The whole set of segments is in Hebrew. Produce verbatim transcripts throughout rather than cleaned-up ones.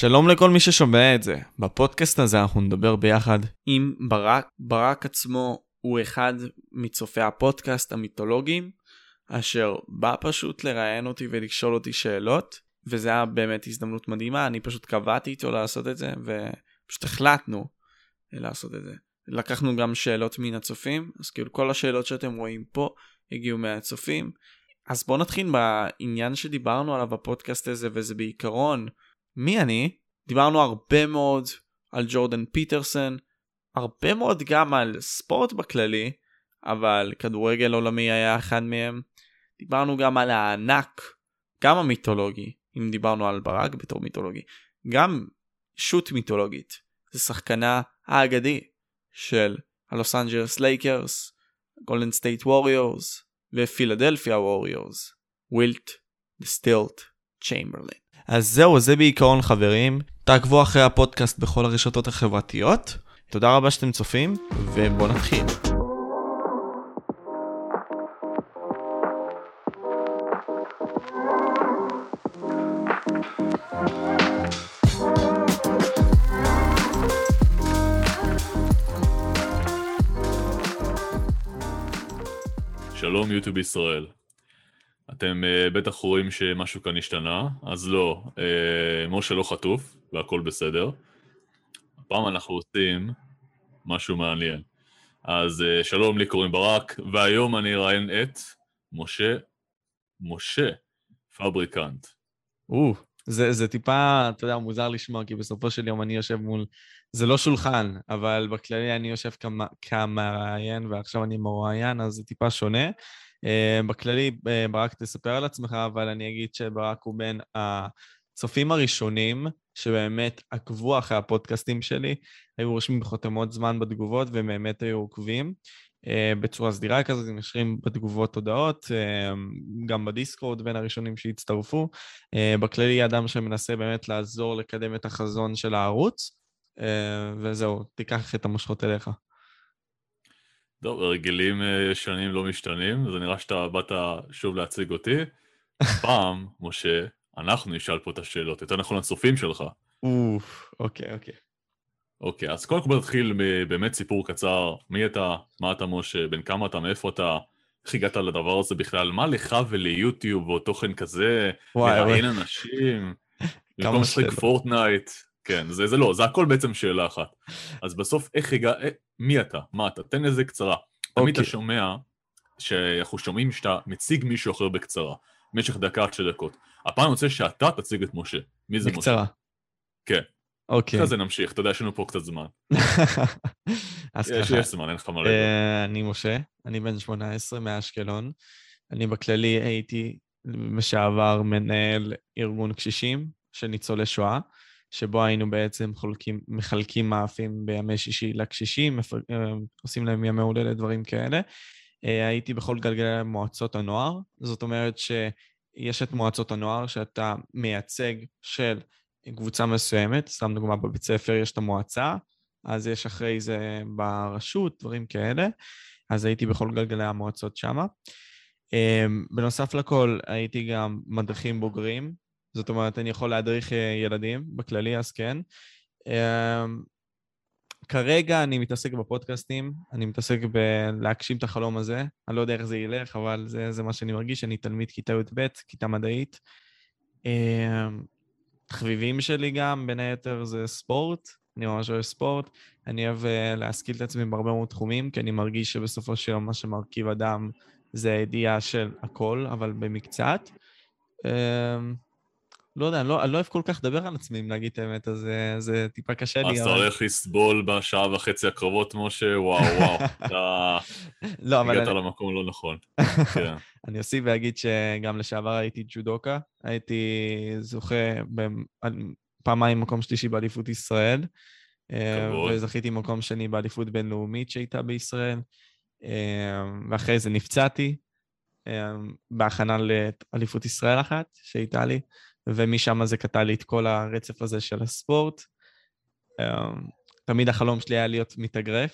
שלום לכל מי ששומע את זה. בפודקאסט הזה אנחנו נדבר ביחד עם ברק. ברק עצמו הוא אחד מצופי הפודקאסט המיתולוגיים, אשר בא פשוט לראיין אותי ולשאול אותי שאלות, וזה היה באמת הזדמנות מדהימה. אני פשוט קבעתי איתו לעשות את זה, ופשוט החלטנו לעשות את זה. לקחנו גם שאלות מן הצופים, אז כאילו כל השאלות שאתם רואים פה הגיעו מהצופים. אז בואו נתחיל בעניין שדיברנו עליו בפודקאסט הזה, וזה בעיקרון מי אני? דיברנו הרבה מאוד על ג'ורדן פיטרסון, הרבה מאוד גם על ספורט בכללי, אבל כדורגל עולמי היה אחד מהם. דיברנו גם על הענק, גם המיתולוגי, אם דיברנו על ברק בתור מיתולוגי, גם שוט מיתולוגית, זה שחקנה האגדי של הלוס אנג'לס לייקרס, גולדן סטייט ווריורס ופילדלפיה ווריורס, ווילט דסטילט צ'יימברלין. אז זהו, זה בעיקרון חברים. תעקבו אחרי הפודקאסט בכל הרשתות החברתיות. תודה רבה שאתם צופים, ובואו נתחיל. שלום יוטיוב ישראל. אתם uh, בטח רואים שמשהו כאן השתנה, אז לא, uh, משה לא חטוף, והכל בסדר. הפעם אנחנו עושים משהו מעניין. אז uh, שלום, לי קוראים ברק, והיום אני אראיין את משה, משה פבריקנט. או, זה, זה טיפה, אתה יודע, מוזר לשמוע, כי בסופו של יום אני יושב מול, זה לא שולחן, אבל בכללי אני יושב כמה, כמראיין, ועכשיו אני מראיין, אז זה טיפה שונה. Uh, בכללי, uh, ברק תספר על עצמך, אבל אני אגיד שברק הוא בין הצופים הראשונים, שבאמת עקבו אחרי הפודקאסטים שלי, היו רושמים בחותמות זמן בתגובות, ובאמת היו עוקבים, uh, בצורה סדירה כזאת, הם משאירים בתגובות הודעות, uh, גם בדיסקורד בין הראשונים שהצטרפו, uh, בכללי אדם שמנסה באמת לעזור לקדם את החזון של הערוץ, uh, וזהו, תיקח את המושכות אליך. טוב, הרגלים ישנים לא משתנים, זה נראה שאתה באת שוב להציג אותי. פעם, משה, אנחנו נשאל פה את השאלות, יותר נכון הצופים שלך. אוף, אוקיי, אוקיי. אוקיי, אז קודם כל נתחיל באמת סיפור קצר. מי אתה? מה אתה משה? בין כמה אתה? מאיפה אתה? איך הגעת לדבר הזה בכלל? מה לך וליוטיוב או תוכן כזה? לראיין אנשים? במקום לשחק פורטנייט? כן, זה, זה לא, זה הכל בעצם שאלה אחת. אז בסוף, איך הגע... מי אתה? מה אתה? תן איזה קצרה. תמיד אתה שומע שאנחנו שומעים שאתה מציג מישהו אחר בקצרה, במשך דקה עד שתי דקות. הפעם אני רוצה שאתה תציג את משה. מי זה משה? בקצרה. כן. אוקיי. אחרי זה נמשיך, אתה יודע, יש לנו פה קצת זמן. אז יש, ככה. יש זמן, אין לך מה לדבר. אני משה, אני בן שמונה עשרה מאשקלון. אני בכללי הייתי משעבר מנהל ארגון קשישים של ניצולי שואה, שבו היינו בעצם חולקים, מחלקים מאפים בימי שישי לקשישים, עושים להם ימי הולדת, דברים כאלה. הייתי בכל גלגלי מועצות הנוער, זאת אומרת שיש את מועצות הנוער שאתה מייצג של קבוצה מסוימת, סתם דוגמה בבית ספר יש את המועצה, אז יש אחרי זה ברשות, דברים כאלה, אז הייתי בכל גלגלי המועצות שמה. בנוסף לכל הייתי גם מדריכים בוגרים, זאת אומרת, אני יכול להדריך ילדים בכללי, אז כן. כרגע אני מתעסק בפודקאסטים, אני מתעסק בלהגשים את החלום הזה, אני לא יודע איך זה ילך, אבל זה, זה מה שאני מרגיש, אני תלמיד כיתה י"ב, כיתה מדעית. תחביבים שלי גם, בין היתר זה ספורט, אני ממש אוהב ספורט, אני אוהב להשכיל את עצמי בהרבה מאוד תחומים, כי אני מרגיש שבסופו של יום מה שמרכיב אדם זה הידיעה של הכל, אבל במקצת. לא יודע, אני לא, אני לא אוהב כל כך לדבר על עצמי, אם להגיד את האמת, אז זה טיפה קשה לי. אז אתה הולך לסבול בשעה וחצי הקרבות, משה, וואו, וואו, אתה הגעת למקום לא נכון. אני אוסיף ואגיד שגם לשעבר הייתי ג'ודוקה, הייתי זוכה פעמיים מקום שלישי באליפות ישראל, וזכיתי מקום שני באליפות בינלאומית שהייתה בישראל, ואחרי זה נפצעתי, בהכנה לאליפות ישראל אחת שהייתה לי, ומשם זה קטע לי את כל הרצף הזה של הספורט. תמיד החלום שלי היה להיות מתאגרף,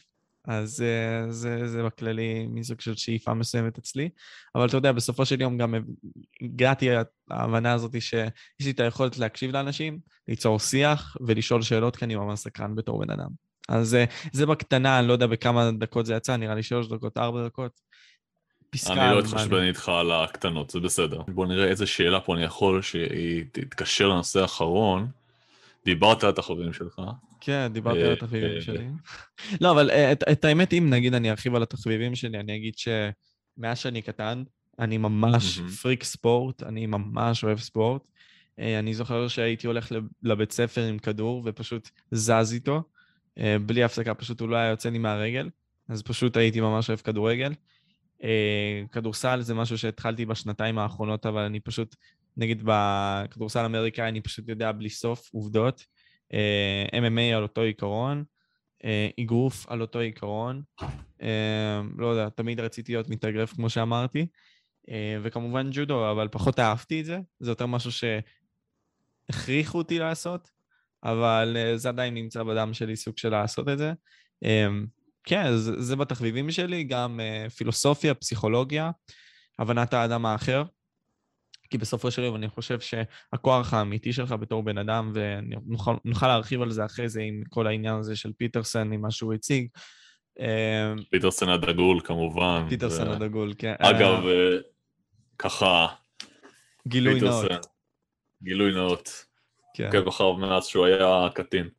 אז uh, זה, זה בכללי מסוג של שאיפה מסוימת אצלי. אבל אתה יודע, בסופו של יום גם הגעתי להבנה הזאת שיש לי את היכולת להקשיב לאנשים, ליצור שיח ולשאול שאלות, כי אני ממש סקרן בתור בן אדם. אז uh, זה בקטנה, אני לא יודע בכמה דקות זה יצא, נראה לי שלוש דקות, ארבע דקות. פסקה אני לא אתחשבן איתך על הקטנות, זה בסדר. בוא נראה איזה שאלה פה אני יכול שהיא תתקשר לנושא האחרון. דיברת על התחביבים שלך. כן, דיברתי על התחביבים שלי. לא, אבל את האמת, אם נגיד אני ארחיב על התחביבים שלי, אני אגיד שמאז שאני קטן, אני ממש פריק ספורט, אני ממש אוהב ספורט. אני זוכר שהייתי הולך לבית ספר עם כדור ופשוט זז איתו, בלי הפסקה, פשוט הוא לא היה יוצא לי מהרגל, אז פשוט הייתי ממש אוהב כדורגל. כדורסל זה משהו שהתחלתי בשנתיים האחרונות, אבל אני פשוט, נגיד בכדורסל אמריקאי, אני פשוט יודע בלי סוף עובדות. אם אם איי על אותו עיקרון, אגרוף על אותו עיקרון, לא יודע, תמיד רציתי להיות מתאגרף כמו שאמרתי, וכמובן ג'ודו, אבל פחות אהבתי את זה, זה יותר משהו שהכריחו אותי לעשות, אבל זה עדיין נמצא בדם שלי סוג של לעשות את זה. כן, זה, זה בתחביבים שלי, גם uh, פילוסופיה, פסיכולוגיה, הבנת האדם האחר, כי בסופו של יום אני חושב שהכוח האמיתי שלך בתור בן אדם, ונוכל להרחיב על זה אחרי זה עם כל העניין הזה של פיטרסן, עם מה שהוא הציג. פיטרסן הדגול כמובן. פיטרסן הדגול, כן. אגב, ככה... גילוי נאות. גילוי נאות. כן. אחר מאז שהוא היה קטין.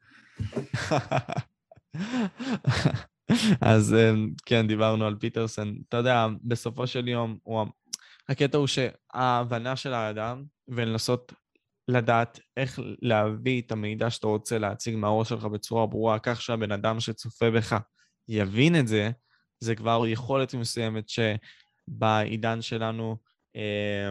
אז כן, דיברנו על פיטרסן. אתה יודע, בסופו של יום, הוא... הקטע הוא שההבנה של האדם, ולנסות לדעת איך להביא את המידע שאתה רוצה להציג מהראש שלך בצורה ברורה, כך שהבן אדם שצופה בך יבין את זה, זה כבר יכולת מסוימת שבעידן שלנו אה,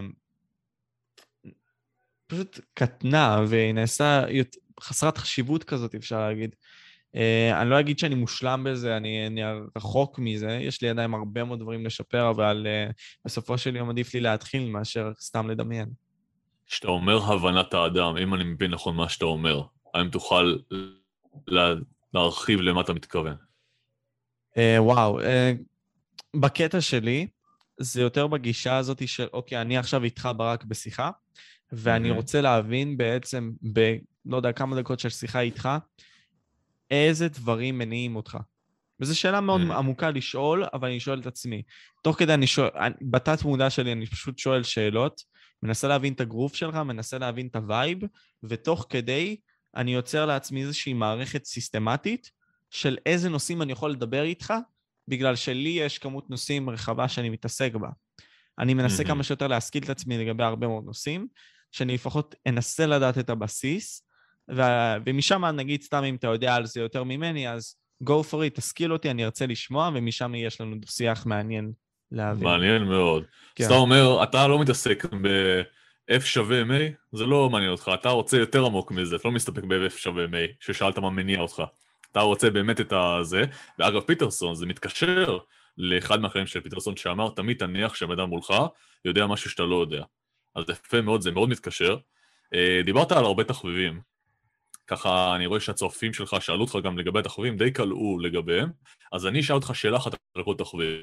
פשוט קטנה, ונעשה חסרת חשיבות כזאת, אפשר להגיד. Uh, אני לא אגיד שאני מושלם בזה, אני, אני רחוק מזה, יש לי עדיין הרבה מאוד דברים לשפר, אבל uh, בסופו של יום עדיף לי להתחיל מאשר סתם לדמיין. כשאתה אומר הבנת האדם, אם אני מבין נכון מה שאתה אומר, האם תוכל לה, להרחיב למה אתה מתכוון? Uh, וואו, uh, בקטע שלי, זה יותר בגישה הזאת של, אוקיי, אני עכשיו איתך ברק בשיחה, ואני mm-hmm. רוצה להבין בעצם, ב, לא יודע, כמה דקות של שיחה איתך, איזה דברים מניעים אותך. וזו שאלה מאוד mm. עמוקה לשאול, אבל אני שואל את עצמי. תוך כדי אני שואל, בתת מודע שלי אני פשוט שואל שאלות, מנסה להבין את הגרוף שלך, מנסה להבין את הווייב, ותוך כדי אני יוצר לעצמי איזושהי מערכת סיסטמטית, של איזה נושאים אני יכול לדבר איתך, בגלל שלי יש כמות נושאים רחבה שאני מתעסק בה. אני מנסה mm-hmm. כמה שיותר להשכיל את עצמי לגבי הרבה מאוד נושאים, שאני לפחות אנסה לדעת את הבסיס, ו- ומשם נגיד סתם אם אתה יודע על זה יותר ממני, אז go for it, תשכיל אותי, אני ארצה לשמוע, ומשם יש לנו שיח מעניין להבין. מעניין מאוד. כן. אז אתה אומר, אתה לא מתעסק ב-F שווה M A, זה לא מעניין אותך, אתה רוצה יותר עמוק מזה, אתה לא מסתפק ב-F שווה M A, ששאלת מה מניע אותך. אתה רוצה באמת את הזה, ואגב פיטרסון, זה מתקשר לאחד מהחיים של פיטרסון שאמר, תמיד תניח שהאדם מולך יודע משהו שאתה לא יודע. אז זה יפה מאוד, זה מאוד מתקשר. דיברת על הרבה תחביבים. ככה אני רואה שהצופים שלך שאלו אותך גם לגבי התחביבים, די קלעו לגביהם, אז אני אשאל אותך שאלה אחת על כל תחביב.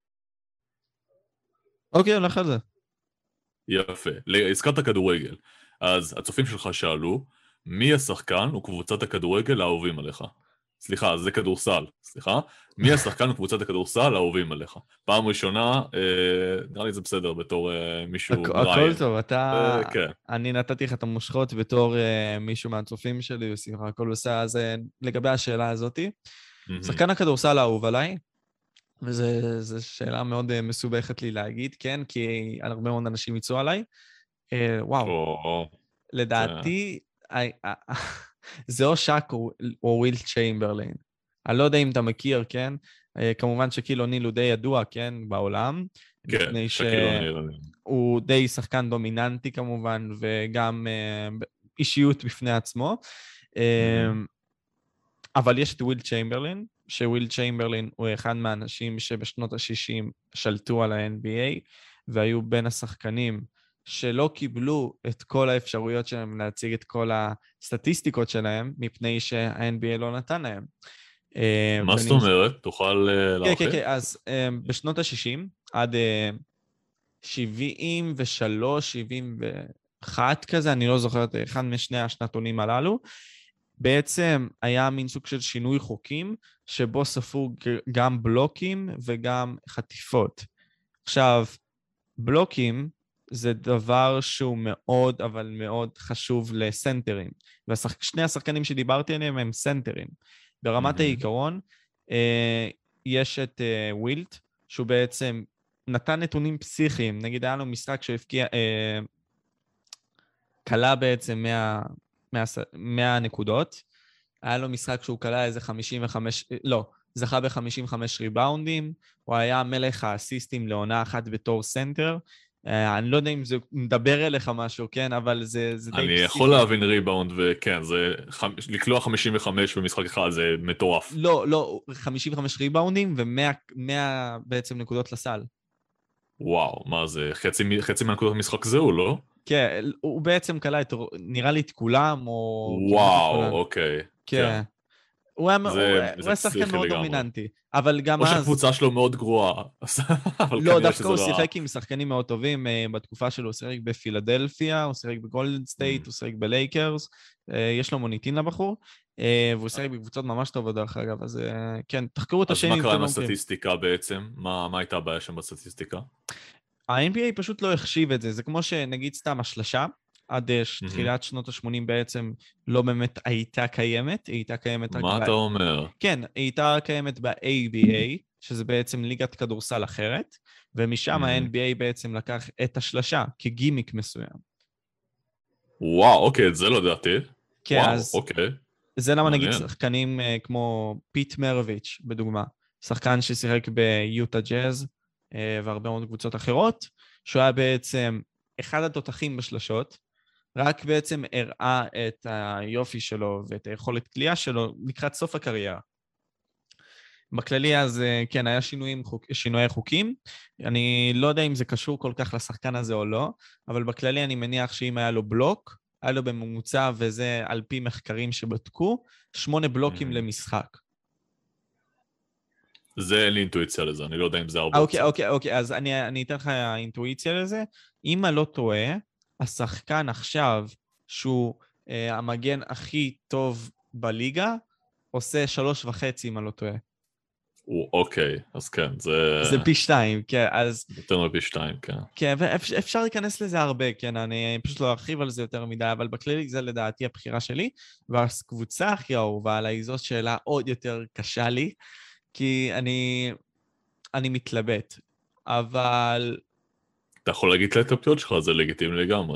אוקיי, הולך על זה. יפה. הזכרת כדורגל. אז הצופים שלך שאלו, מי השחקן וקבוצת הכדורגל האהובים עליך? סליחה, זה כדורסל, סליחה. מי השחקן וקבוצת הכדורסל האהובים עליך? פעם ראשונה, אה, נראה לי זה בסדר בתור אה, מישהו מראיין. הכל טוב, אתה... אה, כן. אני נתתי לך את המושכות בתור אה, מישהו מהצופים שלי, ושמחה, הכל בסדר. אז אה, לגבי השאלה הזאת, mm-hmm. שחקן הכדורסל האהוב עליי, וזו שאלה מאוד אה, מסובכת לי להגיד, כן? כי הרבה מאוד אנשים יצאו עליי. אה, וואו, oh, לדעתי... Yeah. I, I, זה או שק או, או וויל צ'יימברליין. אני לא יודע אם אתה מכיר, כן? כמובן שקיל אוניל הוא די ידוע, כן? בעולם. כן, שקיל אוניל. הוא די שחקן דומיננטי כמובן, וגם uh, אישיות בפני עצמו. Mm-hmm. אבל יש את וויל צ'יימברליין, שוויל צ'יימברליין הוא אחד מהאנשים שבשנות ה-שישים שלטו על ה-אן בי איי, והיו בין השחקנים שלא קיבלו את כל האפשרויות שלהם להציג את כל הסטטיסטיקות שלהם, מפני שה-אן בי איי לא נתן להם. מה זאת אומרת? תוכל להרחיב? כן, כן, כן, אז בשנות ה-שישים עד שבעים ושלוש, שבעים ואחת כזה, אני לא זוכר את אחד משני השנתונים הללו, בעצם היה מין סוג של שינוי חוקים, שבו ספרו גם בלוקים וגם חטיפות. עכשיו, בלוקים זה דבר שהוא מאוד, אבל מאוד חשוב לסנטרים. ושני השחקנים שדיברתי עליהם הם סנטרים. ברמת mm-hmm. העיקרון, אה, יש את אה, ווילט, שהוא בעצם נתן נתונים פסיכיים. נגיד, היה לו משחק שהפקיע, אה, קלה בעצם מה, מה, מה נקודות. היה לו משחק שהוא קלה איזה חמישים וחמש, לא, זכה ב-חמישים וחמש ריבאונדים. הוא היה מלך האסיסטים לעונה אחת בתור סנטר. אני לא יודע אם זה מדבר אליך משהו, כן, אבל זה, זה די אני פסיכי. יכול להבין ריבאונד, וכן, זה לקלוע חמישים וחמש במשחק אחד, זה מטורף. לא, לא, חמישים וחמש ריבאונדים ו-מאה בעצם נקודות לסל. וואו, מה זה? חצי, חצי מהנקודות במשחק זהו, לא? כן, הוא בעצם קלה את, נראה לי את כולם, או... וואו, אוקיי. כן. הוא היה שחקן מאוד דומיננטי, אבל גם אז... או שהקבוצה שלו מאוד גרועה. לא, דווקא הוא שיחק עם שחקנים מאוד טובים, בתקופה שלו הוא שיחק בפילדלפיה, הוא שיחק בגולדן סטייט, הוא שיחק בלייקרס, יש לו מוניטין לבחור, והוא שיחק בקבוצות ממש טובות דרך אגב, אז כן, תחקרו את השם. אז מה קרה עם הסטטיסטיקה בעצם? מה הייתה הבעיה שם בסטטיסטיקה? ה-אן בי איי פשוט לא החשיב את זה, זה כמו שנגיד סתם השלשה, עד תחילת שנות ה-שמונים בעצם לא באמת הייתה קיימת, היא הייתה קיימת... מה אתה אומר? כן, היא הייתה קיימת ב-איי בי איי, שזה בעצם ליגת כדורסל אחרת, ומשם ה-אן בי איי בעצם לקח את השלשה כגימיק מסוים. וואו, אוקיי, את זה לא דעתי. כן, וואו, אז אוקיי. זה למה נגיד שחקנים כמו פיט מרוויץ', בדוגמה, שחקן ששיחק ביוטה ג'אז, והרבה מאוד קבוצות אחרות, שהוא היה בעצם אחד התותחים בשלשות, רק בעצם הראה את היופי שלו ואת היכולת קליעה שלו לקראת סוף הקריירה. בכללי אז כן, היה שינויים, שינויי חוקים. אני לא יודע אם זה קשור כל כך לשחקן הזה או לא, אבל בכללי אני מניח שאם היה לו בלוק, היה לו בממוצע, וזה על פי מחקרים שבדקו, שמונה בלוקים mm-hmm. למשחק. זה אין לי אינטואיציה לזה, אני לא יודע אם זה הרבה. אוקיי, אוקיי, אוקיי, אז אני, אני אתן לך אינטואיציה לזה. אם אני לא טועה, השחקן עכשיו, שהוא אה, המגן הכי טוב בליגה, עושה שלוש וחצי, אם אני לא טועה. אוקיי, אז כן, זה... זה פי שתיים, כן, אז... יותר מפי שתיים, כן. כן, ואפשר להיכנס לזה הרבה, כן, אני פשוט לא ארחיב על זה יותר מדי, אבל בכללי זה לדעתי הבחירה שלי, והקבוצה הכי אהובה עליי, זאת שאלה עוד יותר קשה לי, כי אני, אני מתלבט, אבל... אתה יכול להגיד את הטופיות שלך, זה לגיטימי לגמרי.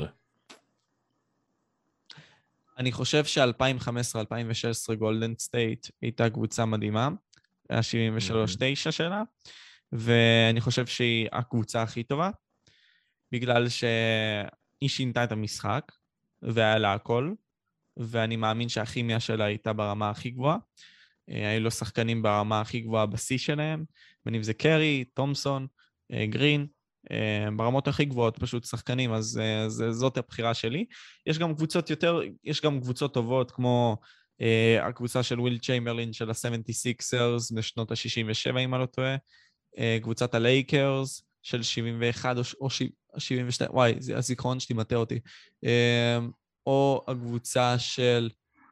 אני חושב ש-אלפיים וחמש עשרה אלפיים ושש עשרה גולדן סטייט הייתה קבוצה מדהימה, ה-שבעים ושלוש תשע שלה, ואני חושב שהיא הקבוצה הכי טובה, בגלל שהיא שינתה את המשחק, והיה לה הכל, ואני מאמין שהכימיה שלה הייתה ברמה הכי גבוהה, היו לו שחקנים ברמה הכי גבוהה בשיא שלהם, בין אם זה קרי, תומסון, גרין, ברמות הכי גבוהות, פשוט שחקנים, אז זאת הבחירה שלי. יש גם קבוצות יותר, יש גם קבוצות טובות, כמו Uh, הקבוצה של וויל צ'יימברלין של ה-שבעים ושש בשנות ה-שישים ושבע, אם אני לא טועה, uh, קבוצת הלייקרס של שבעים ואחת או שבעים ושתיים, וואי, זה הזיכרון שלי מטה אותי, uh, או הקבוצה של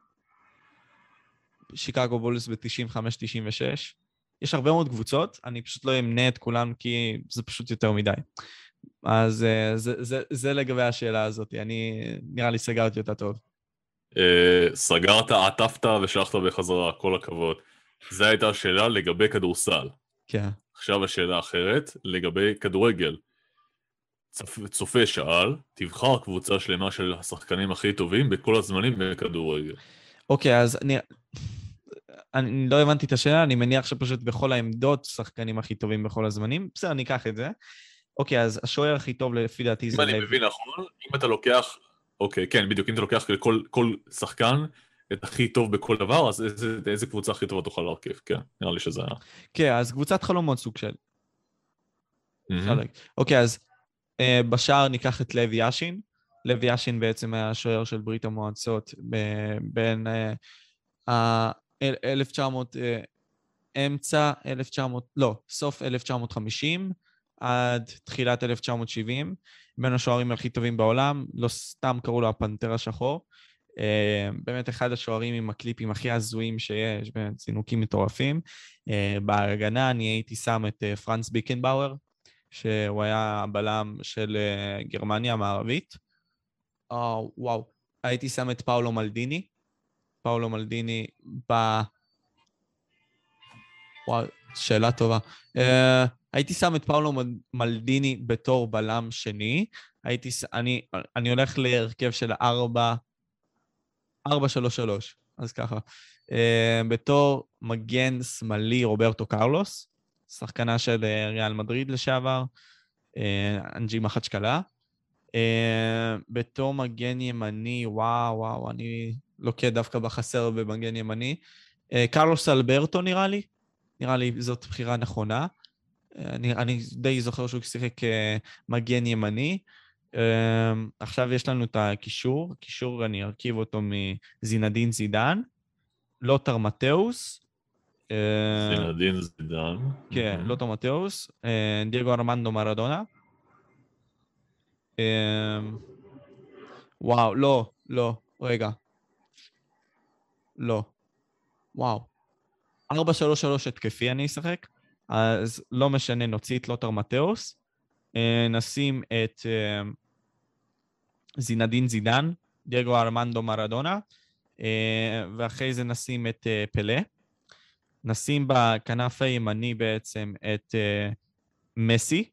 שיקגו בולס ב-תשעים וחמש תשעים ושש. יש הרבה מאוד קבוצות, אני פשוט לא אמנה את כולם כי זה פשוט יותר מדי. אז uh, זה, זה, זה לגבי השאלה הזאת, אני נראה לי סגרתי אותה טוב. סגרת, עטפת ושלחת בחזרה, כל הכבוד. זו הייתה השאלה לגבי כדורסל. כן. עכשיו השאלה אחרת, לגבי כדורגל. צופה שאל, תבחר קבוצה שלמה של השחקנים הכי טובים בכל הזמנים בכדורגל. אוקיי, אז אני... אני לא הבנתי את השאלה, אני מניח שפשוט בכל העמדות שחקנים הכי טובים בכל הזמנים. בסדר, אני אקח את זה. אוקיי, אז השוער הכי טוב לפי דעתי זה... אם אני מבין נכון, אם אתה לוקח... אוקיי, כן, בדיוק, אם אתה לוקח לכל כל שחקן את הכי טוב בכל דבר, אז איזה, איזה קבוצה הכי טובה תוכל להרכיב, כן, נראה לי שזה היה. כן, אז קבוצת חלומות סוג של. Mm-hmm. אוקיי, אז אה, בשער ניקח את לוי יאשין. לוי יאשין בעצם היה השוער של ברית המועצות ב- בין אה, אלף תשע מאות אמצע אלף תשע מאות, לא, סוף אלף תשע מאות וחמישים עד תחילת אלף תשע מאות שבעים, בין השוערים הכי טובים בעולם, לא סתם קראו לו הפנתר השחור. באמת אחד השוערים עם הקליפים הכי הזויים שיש, באמת זינוקים מטורפים. בהגנה אני הייתי שם את פרנץ ביקנבאואר, שהוא היה הבלם של גרמניה המערבית. Oh, וואו, הייתי שם את פאולו מלדיני. פאולו מלדיני ב... וואו, שאלה טובה. Uh, הייתי שם את פאולו מלדיני בתור בלם שני. הייתי, אני, אני הולך להרכב של ארבע, ארבע, שלוש, שלוש. אז ככה. Uh, בתור מגן שמאלי רוברטו קרלוס, שחקנה של ריאל מדריד לשעבר, uh, אנג'י מחצ'קלה. Uh, בתור מגן ימני, וואו, וואו, אני לוקח דווקא בחסר במגן ימני. Uh, קרלוס אלברטו נראה לי, נראה לי זאת בחירה נכונה. Uh, אני, אני די זוכר שהוא שיחק כמגן ימני. Uh, עכשיו יש לנו את הקישור, הקישור אני ארכיב אותו מזינדין זידן, לוטר מתאוס. Uh, זינדין זידן. כן, mm-hmm. לוטר מתאוס, uh, דייגו ארמנדו מרדונה. וואו, לא, לא, רגע. לא. וואו. ארבע שלוש שלוש התקפי אני אשחק, אז לא משנה, נוציא את לוטר מתאוס, נשים את זינדין זידן, דייגו ארמנדו מרדונה, ואחרי זה נשים את פלה. נשים בכנף הימני בעצם את מסי,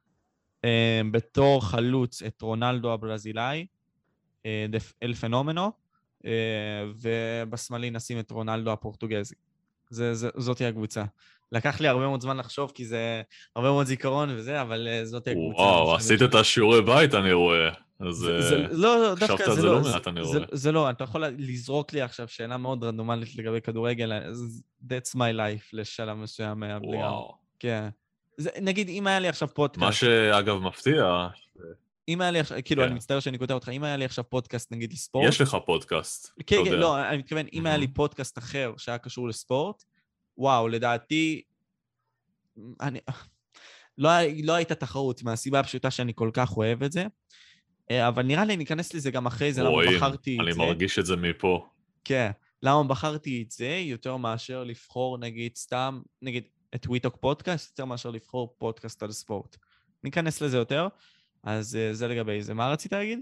בתור חלוץ את רונלדו הברזילאי, אל פנומנו, ובשמאלי נשים את רונלדו הפורטוגזי. זה, זה, זאתי הקבוצה. לקח לי הרבה מאוד זמן לחשוב, כי זה הרבה מאוד זיכרון וזה, אבל זאתי הקבוצה. וואו, עשית את השיעורי בית, אני רואה. אז זה, זה, לא, דווקא זה לא, לא מעט, אני זה, רואה. זה לא, אתה יכול לזרוק לי עכשיו שאלה מאוד רנדומלית לגבי כדורגל, that's my life לשלב מסוים. וואו. כן. זה, נגיד, אם היה לי עכשיו פודקאסט... מה שאגב מפתיע... אם היה לי עכשיו, כאילו, אני מצטער שאני כותב אותך, אם היה לי עכשיו פודקאסט, נגיד, לספורט... יש לך פודקאסט, כן, כן, לא, אני מתכוון, אם היה לי פודקאסט אחר שהיה קשור לספורט, וואו, לדעתי, אני... לא הייתה תחרות, מהסיבה הפשוטה שאני כל כך אוהב את זה, אבל נראה לי, ניכנס לזה גם אחרי זה, למה בחרתי את זה. אני מרגיש את זה מפה. כן, למה בחרתי את זה, יותר מאשר לבחור, נגיד, סתם, נגיד, את וויטוק פודקאסט, יותר מאשר לבחור פודקאסט על ספורט. ניכנס לזה יותר, אז זה לגבי זה. מה רצית להגיד?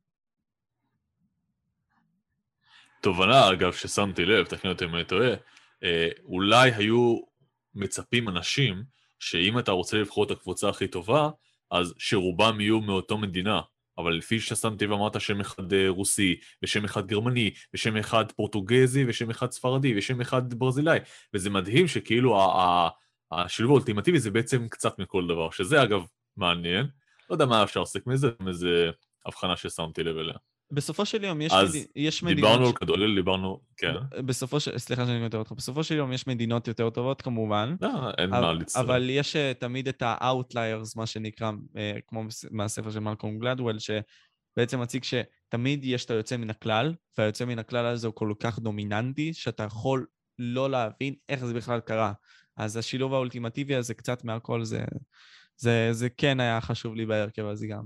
תובנה, אגב, ששמתי לב, תקני אותי אם אני טועה, אולי היו מצפים אנשים, שאם אתה רוצה לבחור את הקבוצה הכי טובה, אז שרובם יהיו מאותו מדינה. אבל לפי ששמתי ואמרת שם אחד רוסי, ושם אחד גרמני, ושם אחד פורטוגזי, ושם אחד ספרדי, ושם אחד ברזילאי. וזה מדהים שכאילו השילוב האולטימטיבי זה בעצם קצת מכל דבר, שזה אגב מעניין. לא יודע מה אפשר לעסק מזה, מאיזה הבחנה ששמתי לב אליה. בסופו של יום יש, אז מד... יש מדינות... דיברנו על כדורגל, דיברנו, כן. בסופו של... סליחה שאני יותר אותך. בסופו של יום יש מדינות יותר טובות כמובן. לא, אין מה להצטרף. אבל יש תמיד את ה-outliers, מה שנקרא, כמו מהספר של מלקום גלדוול, שבעצם מציג שתמיד יש את היוצא מן הכלל, והיוצא מן הכלל הזה הוא כל כך דומיננטי, שאתה יכול לא להבין איך זה בכלל קרה. אז השילוב האולטימטיבי הזה קצת מהכל, זה, זה, זה כן היה חשוב לי בהרכב הזה גם.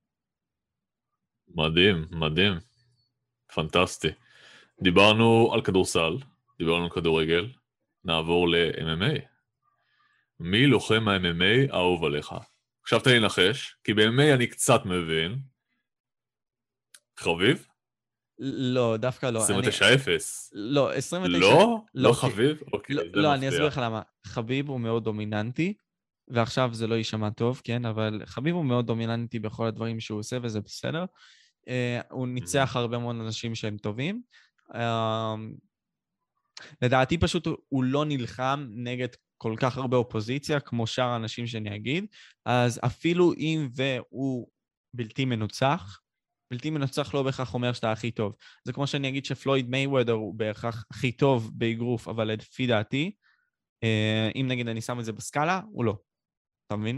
מדהים, מדהים. פנטסטי. דיברנו על כדורסל, דיברנו על כדורגל, נעבור ל-אם אם איי. מי לוחם ה-אם אם איי אהוב עליך? עכשיו תן לי לנחש, כי ב-אם אם איי אני קצת מבין. חביב? לא, דווקא לא. עשרים ותשע אפס. לא, עשרים ותשע... לא? לא חביב? אוקיי, זה מפתיע. לא, אני אסביר לך למה. חביב הוא מאוד דומיננטי, ועכשיו זה לא יישמע טוב, כן? אבל חביב הוא מאוד דומיננטי בכל הדברים שהוא עושה, וזה בסדר. הוא ניצח הרבה מאוד אנשים שהם טובים. לדעתי פשוט הוא לא נלחם נגד כל כך הרבה אופוזיציה, כמו שאר האנשים שאני אגיד, אז אפילו אם והוא בלתי מנוצח, בלתי מנוצח לא בהכרח אומר שאתה הכי טוב. זה כמו שאני אגיד שפלויד מייוודר הוא בהכרח הכי טוב באגרוף, אבל לפי דעתי, אם נגיד אני שם את זה בסקאלה, הוא לא. אתה מבין?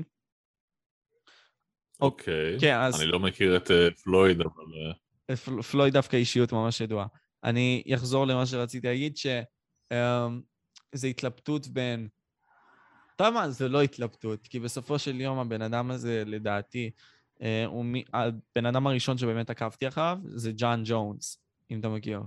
אוקיי, okay. אז... אני לא מכיר את uh, פלויד, אבל... פל... פלויד דווקא אישיות ממש ידועה. אני אחזור למה שרציתי להגיד, ש... Um, זה התלבטות בין... אתה יודע מה? זה לא התלבטות, כי בסופו של יום הבן אדם הזה, לדעתי, אה, הוא מ... הבן אדם הראשון שבאמת עקבתי אחריו, זה ג'ון ג'ונס, אם אתה מכיר.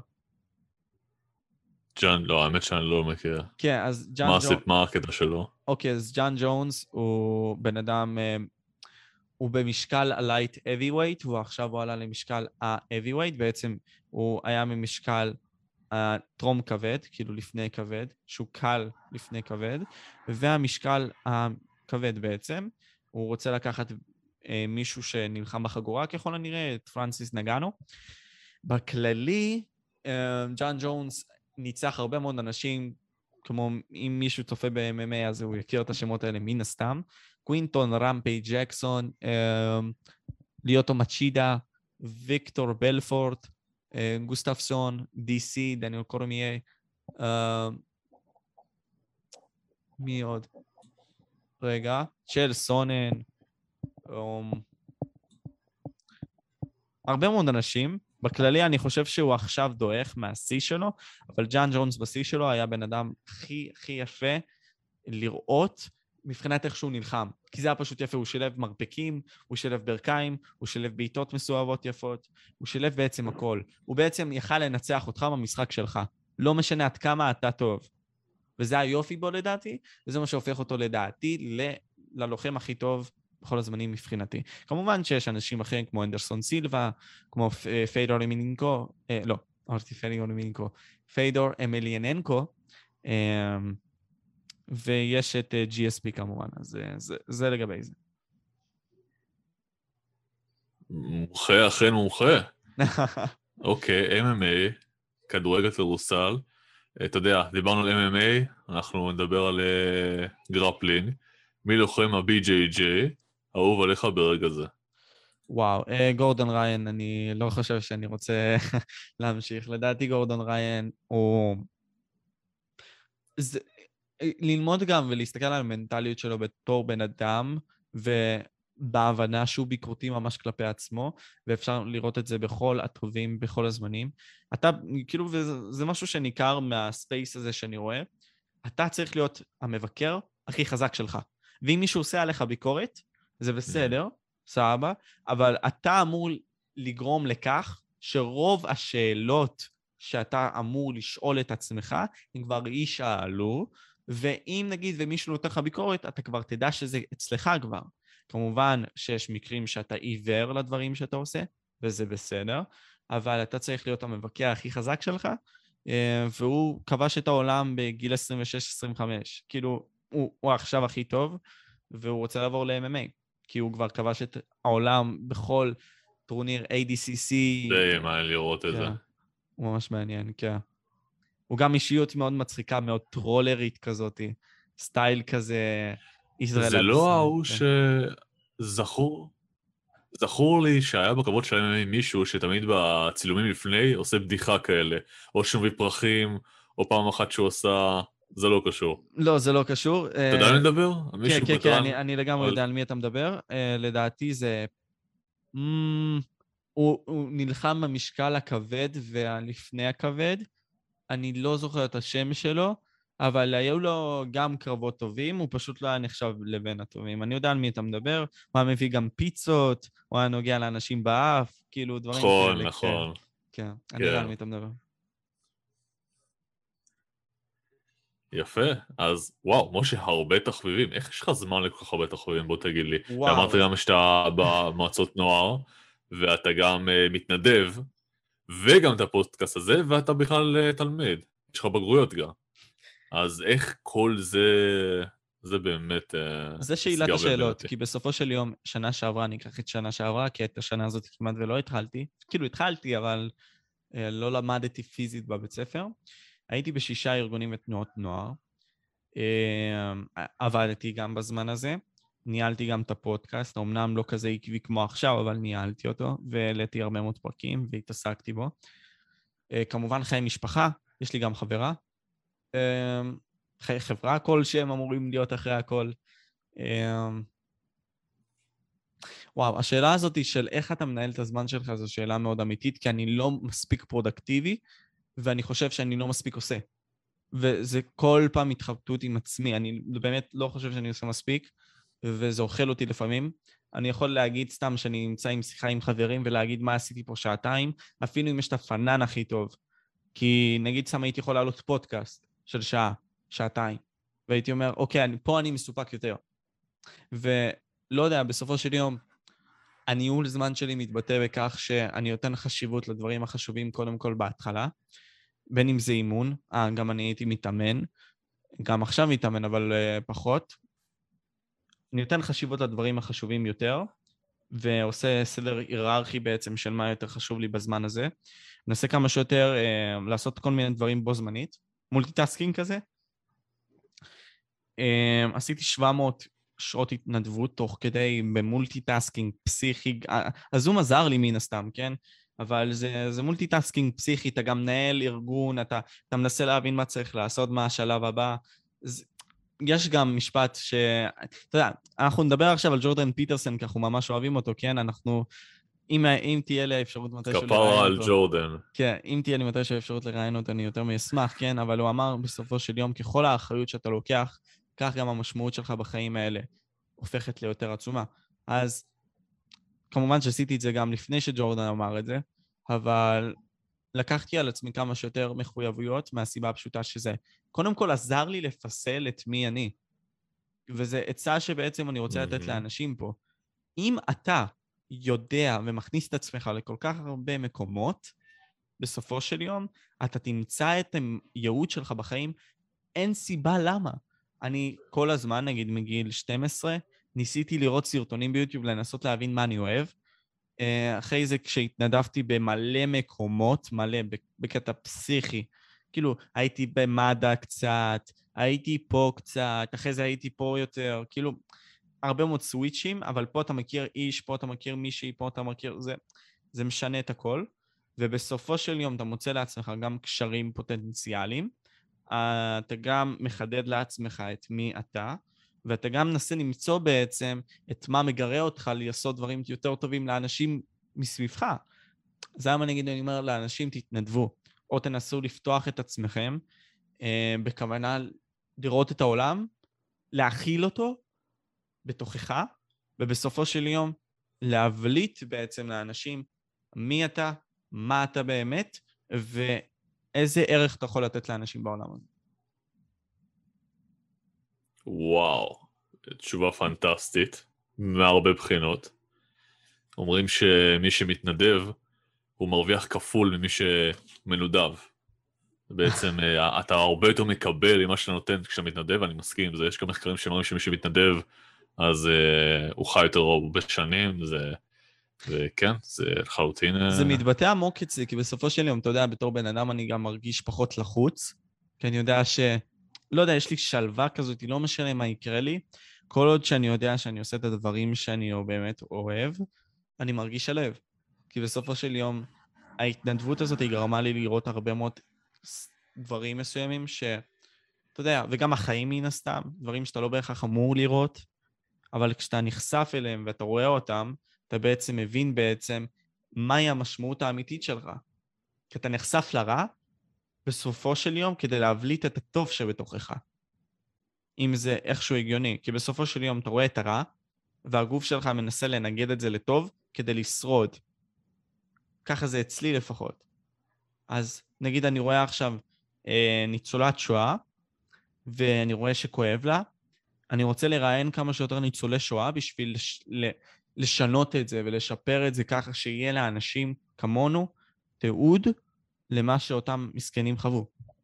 ג'ון, לא, האמת שאני לא מכיר. כן, אז ג'ון מה ג'ונס... מה הקטע שלו? אוקיי, אז ג'ון ג'ונס הוא בן אדם... אה, הוא במשקל ה-light heavyweight, והוא עכשיו הוא עלה למשקל ה-heavyweight, בעצם הוא היה ממשקל הטרום כבד, כאילו לפני כבד, שהוא קל לפני כבד, והמשקל הכבד בעצם, הוא רוצה לקחת אה, מישהו שנלחם בחגורה, ככל הנראה, את פרנסיס נגאנו. בכללי, אה, ג'ון ג'ונס ניצח הרבה מאוד אנשים, כמו אם מישהו צופה ב-אם אם איי, אז הוא יכיר את השמות האלה מן הסתם. קווינטון, רמפי ג'קסון, אה, ליוטו מצ'ידה, ויקטור בלפורט, גוסטפסון, די סי, דניאל קורמיה, מי עוד? רגע, צ'ל סונן, הרבה מאוד אנשים. בכללי אני חושב שהוא עכשיו דועך מהשיא שלו, אבל ג'ון ג'ונס בשיא שלו היה בן אדם הכי הכי יפה לראות מבחינת איך שהוא נלחם. כי זה היה פשוט יפה, הוא שילב מרפקים, הוא שילב ברכיים, הוא שילב בעיטות מסואבות יפות, הוא שילב בעצם הכל. הוא בעצם יכל לנצח אותך במשחק שלך. לא משנה עד כמה אתה טוב. וזה היופי בו לדעתי, וזה מה שהופך אותו לדעתי ל... ללוחם הכי טוב בכל הזמנים מבחינתי. כמובן שיש אנשים אחרים כמו אנדרסון סילבה, כמו פיידור אמלינקו, אה, לא, אמרתי פיידור אמלינקו, פיידור אמליאננקו, אה, ויש את ג'י אס פי כמובן, אז זה, זה, זה לגבי זה. מומחה אכן מומחה. אוקיי, אם אם איי, כדורגל כדורסל. אתה יודע, דיברנו על אם אם איי, אנחנו נדבר על גרפלינג. מי לוחם ה-בי ג'יי ג'יי, אהוב עליך ברגע זה? וואו, גורדון ריין, אני לא חושב שאני רוצה להמשיך. לדעתי גורדון ריין הוא... זה... ללמוד גם ולהסתכל על המנטליות שלו בתור בן אדם, ובהבנה שהוא ביקורתי ממש כלפי עצמו, ואפשר לראות את זה בכל הטובים, בכל הזמנים. אתה, כאילו, וזה, זה משהו שניכר מהספייס הזה שאני רואה, אתה צריך להיות המבקר הכי חזק שלך. ואם מישהו עושה עליך ביקורת, זה בסדר, סבבה, אבל אתה אמור לגרום לכך שרוב השאלות שאתה אמור לשאול את עצמך, הם כבר יישאלו, ואם נגיד ומישהו נותן לך ביקורת, אתה כבר תדע שזה אצלך כבר. כמובן שיש מקרים שאתה עיוור לדברים שאתה עושה, וזה בסדר, אבל אתה צריך להיות המבקר הכי חזק שלך, והוא כבש את העולם בגיל עשרים ושש עשרים וחמש. כאילו, הוא, הוא עכשיו הכי טוב, והוא רוצה לעבור ל-אם אם איי, כי הוא כבר כבש את העולם בכל טורניר איי די סי סי. די, מה לראות את כן. זה. הוא ממש מעניין, כן. הוא גם אישיות מאוד מצחיקה, מאוד טרולרית כזאת, סטייל כזה, ישראל. זה לא ההוא שזכור, זכור לי שהיה בכבוד שלהם מישהו שתמיד בצילומים לפני עושה בדיחה כאלה, או שמביא פרחים, או פעם אחת שהוא עושה, זה לא קשור. לא, זה לא קשור. אתה יודע על מי מדבר? כן, כן, כן, אני, אני לגמרי יודע על מי אתה מדבר. לדעתי זה... הוא, הוא נלחם במשקל הכבד והלפני הכבד. אני לא זוכר את השם שלו, אבל היו לו גם קרבות טובים, הוא פשוט לא היה נחשב לבין הטובים. אני יודע על מי אתה מדבר, הוא היה מביא גם פיצות, הוא היה נוגע לאנשים באף, כאילו דברים כאלה. נכון, נכון. כן, כן, אני יודע על מי אתה מדבר. יפה, אז וואו, משה, הרבה תחביבים. איך יש לך זמן לכל כך הרבה תחביבים? בוא תגיד לי. וואו. אמרת גם שאתה במועצות נוער, ואתה גם uh, מתנדב, וגם את הפודקאסט הזה, ואתה בכלל uh, תלמיד. יש לך בגרויות גם. אז איך כל זה, זה באמת... Uh, זה שאלת השאלות, כי בסופו של יום, שנה שעברה, אני אקח את שנה שעברה, כי את השנה הזאת כמעט ולא התחלתי. כאילו התחלתי, אבל uh, לא למדתי פיזית בבית ספר. הייתי בשישה ארגונים ותנועות נוער, עבדתי גם בזמן הזה, ניהלתי גם את הפודקאסט, אמנם לא כזה עקבי כמו עכשיו, אבל ניהלתי אותו, והעליתי הרבה מאוד פרקים והתעסקתי בו. כמובן חיי משפחה, יש לי גם חברה, חיי חברה כלשהם אמורים להיות אחרי הכל. וואו, השאלה הזאת של איך אתה מנהל את הזמן שלך, זו שאלה מאוד אמיתית, כי אני לא מספיק פרודקטיבי, ואני חושב שאני לא מספיק עושה. וזה כל פעם התחבטות עם עצמי, אני באמת לא חושב שאני עושה מספיק, וזה אוכל אותי לפעמים. אני יכול להגיד סתם שאני נמצא עם שיחה עם חברים, ולהגיד מה עשיתי פה שעתיים, אפילו אם יש את הפנן הכי טוב. כי נגיד סתם הייתי יכול לעלות פודקאסט של שעה, שעתיים, והייתי אומר, אוקיי, אני, פה אני מסופק יותר. ולא יודע, בסופו של יום, הניהול זמן שלי מתבטא בכך שאני נותן חשיבות לדברים החשובים קודם כל בהתחלה, בין אם זה אימון, אה, גם אני הייתי מתאמן, גם עכשיו מתאמן, אבל uh, פחות. אני נותן חשיבות לדברים החשובים יותר, ועושה סדר היררכי בעצם של מה יותר חשוב לי בזמן הזה. ננסה כמה שיותר uh, לעשות כל מיני דברים בו זמנית, מולטיטאסקינג כזה. Uh, עשיתי שבע מאות שעות התנדבות תוך כדי במולטיטאסקינג פסיכי, הזום עזר לי מן הסתם, כן? אבל זה, זה מולטיטאסקינג פסיכי, אתה גם מנהל ארגון, אתה, אתה מנסה להבין מה צריך לעשות, מה השלב הבא. זה, יש גם משפט ש... אתה יודע, אנחנו נדבר עכשיו על ג'ורדן פיטרסון, כי אנחנו ממש אוהבים אותו, כן? אנחנו... אם, אם תהיה לי האפשרות מתי של לראיין אותו... כפרה על ג'ורדן. כן, אם תהיה לי מתי של האפשרות לראיין אותו, אני יותר מאשמח, כן? אבל הוא אמר בסופו של יום, ככל האחריות שאתה לוקח, כך גם המשמעות שלך בחיים האלה הופכת ליותר עצומה. אז כמובן שעשיתי את זה גם לפני שג'ורדן אמר את זה, אבל לקחתי על עצמי כמה שיותר מחויבויות מהסיבה הפשוטה שזה, קודם כל עזר לי לפסל את מי אני. וזה עצה שבעצם אני רוצה לתת לאנשים פה. אם אתה יודע ומכניס את עצמך לכל כך הרבה מקומות, בסופו של יום, אתה תמצא את הייעוד שלך בחיים, אין סיבה למה. אני כל הזמן, נגיד מגיל שתים עשרה, ניסיתי לראות סרטונים ביוטיוב, לנסות להבין מה אני אוהב. אחרי זה כשהתנדבתי במלא מקומות, מלא, בקטע פסיכי, כאילו הייתי במדע קצת, הייתי פה קצת, אחרי זה הייתי פה יותר, כאילו הרבה מאוד סוויצ'ים, אבל פה אתה מכיר איש, פה אתה מכיר מישהי, פה אתה מכיר, זה, זה משנה את הכל, ובסופו של יום אתה מוצא לעצמך גם קשרים פוטנציאליים, אתה גם מחדד לעצמך את מי אתה, ואתה גם מנסה למצוא בעצם את מה מגרה אותך לעשות דברים יותר טובים לאנשים מסביבך. זה מה נגיד אני אומר לאנשים, תתנדבו, או תנסו לפתוח את עצמכם, אה, בכוונה לראות את העולם, להכיל אותו בתוכך, ובסופו של יום להבליט בעצם לאנשים מי אתה, מה אתה באמת, ואיזה ערך אתה יכול לתת לאנשים בעולם הזה. וואו, תשובה פנטסטית, מהרבה בחינות. אומרים שמי שמתנדב, הוא מרוויח כפול ממי שמנודב. בעצם אתה הרבה יותר מקבל עם מה שאתה נותן כשאתה מתנדב, אני מסכים עם זה. יש גם מחקרים שאומרים שמי שמתנדב, אז uh, הוא חי יותר הרבה שנים, זה... וכן, זה לחלוטין... זה מתבטא עמוק אצלי, כי בסופו של יום, אתה יודע, בתור בן אדם אני גם מרגיש פחות לחוץ, כי אני יודע ש... לא יודע, יש לי שלווה כזאת, לא משנה מה יקרה לי, כל עוד שאני יודע שאני עושה את הדברים שאני באמת אוהב, אני מרגיש שלב. כי בסופו של יום, ההתנדבות הזאת היא גרמה לי לראות הרבה מאוד דברים מסוימים ש... אתה יודע, וגם החיים מן הסתם, דברים שאתה לא בהכרח אמור לראות, אבל כשאתה נחשף אליהם ואתה רואה אותם, אתה בעצם מבין בעצם מהי המשמעות האמיתית שלך. כי אתה נחשף לרע, בסופו של יום, כדי להבליט את הטוב שבתוכך. אם זה איכשהו הגיוני, כי בסופו של יום אתה רואה את הרע, והגוף שלך מנסה לנגד את זה לטוב, כדי לשרוד. ככה זה אצלי לפחות. אז נגיד אני רואה עכשיו אה, ניצולת שואה, ואני רואה שכואב לה, אני רוצה לראיין כמה שיותר ניצולי שואה, בשביל לש... לשנות את זה ולשפר את זה ככה שיהיה לאנשים כמונו תיעוד למה שאותם מסכנים חוו.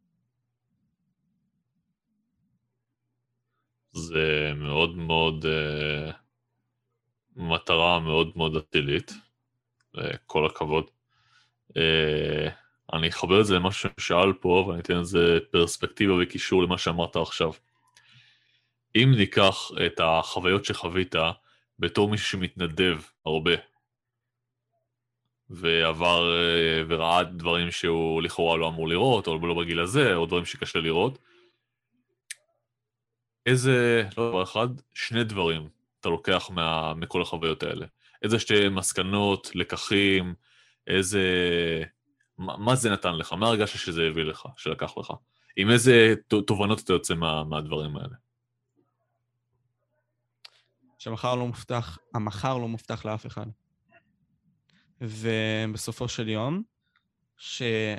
זה מאוד מאוד uh, מטרה מאוד מאוד עתילית, uh, כל הכבוד. Uh, אני אחבר את זה למה ששאל פה, ואני אתן איזה פרספקטיבה וקישור למה שאמרת עכשיו. אם ניקח את החוויות שחווית בתור מישהו שמתנדב הרבה, ועבר וראה דברים שהוא לכאורה לא אמור לראות, או לא בגיל הזה, או דברים שקשה לראות, איזה, לא דבר אחד, שני דברים אתה לוקח מה, מכל החוויות האלה. איזה שתי מסקנות, לקחים, איזה... מה, מה זה נתן לך? מה הרגשת שזה הביא לך, שלקח לך? עם איזה תובנות אתה יוצא מה, מהדברים האלה? שמחר לא מובטח, המחר לא מובטח לאף אחד. ובסופו של יום, שאין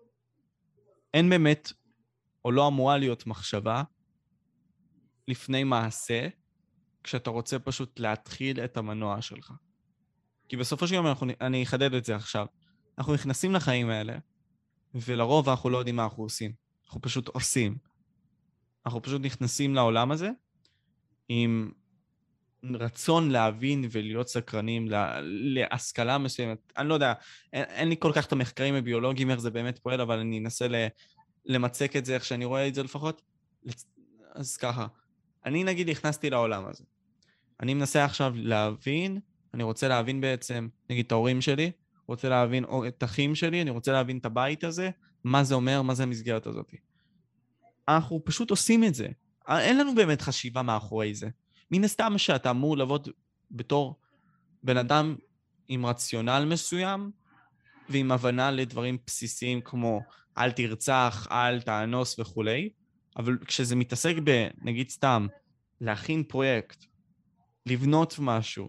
באמת, או לא אמורה להיות מחשבה, לפני מעשה, כשאתה רוצה פשוט להתחיל את המנוע שלך. כי בסופו של יום, אנחנו, אני אחדד את זה עכשיו, אנחנו נכנסים לחיים האלה, ולרוב אנחנו לא יודעים מה אנחנו עושים. אנחנו פשוט עושים. אנחנו פשוט נכנסים לעולם הזה, עם רצון להבין ולהיות סקרנים לה, להשכלה מסוימת. אני לא יודע, אין, אין לי כל כך את המחקרים הביולוגיים איך זה באמת פועל, אבל אני אנסה ל, למצק את זה איך שאני רואה את זה לפחות. אז ככה, אני נגיד נכנסתי לעולם הזה. אני מנסה עכשיו להבין, אני רוצה להבין בעצם, נגיד את ההורים שלי, רוצה להבין את האחים שלי, אני רוצה להבין את הבית הזה, מה זה אומר, מה זה המסגרת הזאת. אנחנו פשוט עושים את זה. אין לנו באמת חשיבה מאחורי זה. מן הסתם שאתה אמור לעבוד בתור בן אדם עם רציונל מסוים, ועם הבנה לדברים בסיסיים כמו אל תרצח, אל תאנוס וכו'. אבל כשזה מתעסק בנגיד סתם, להכין פרויקט, לבנות משהו,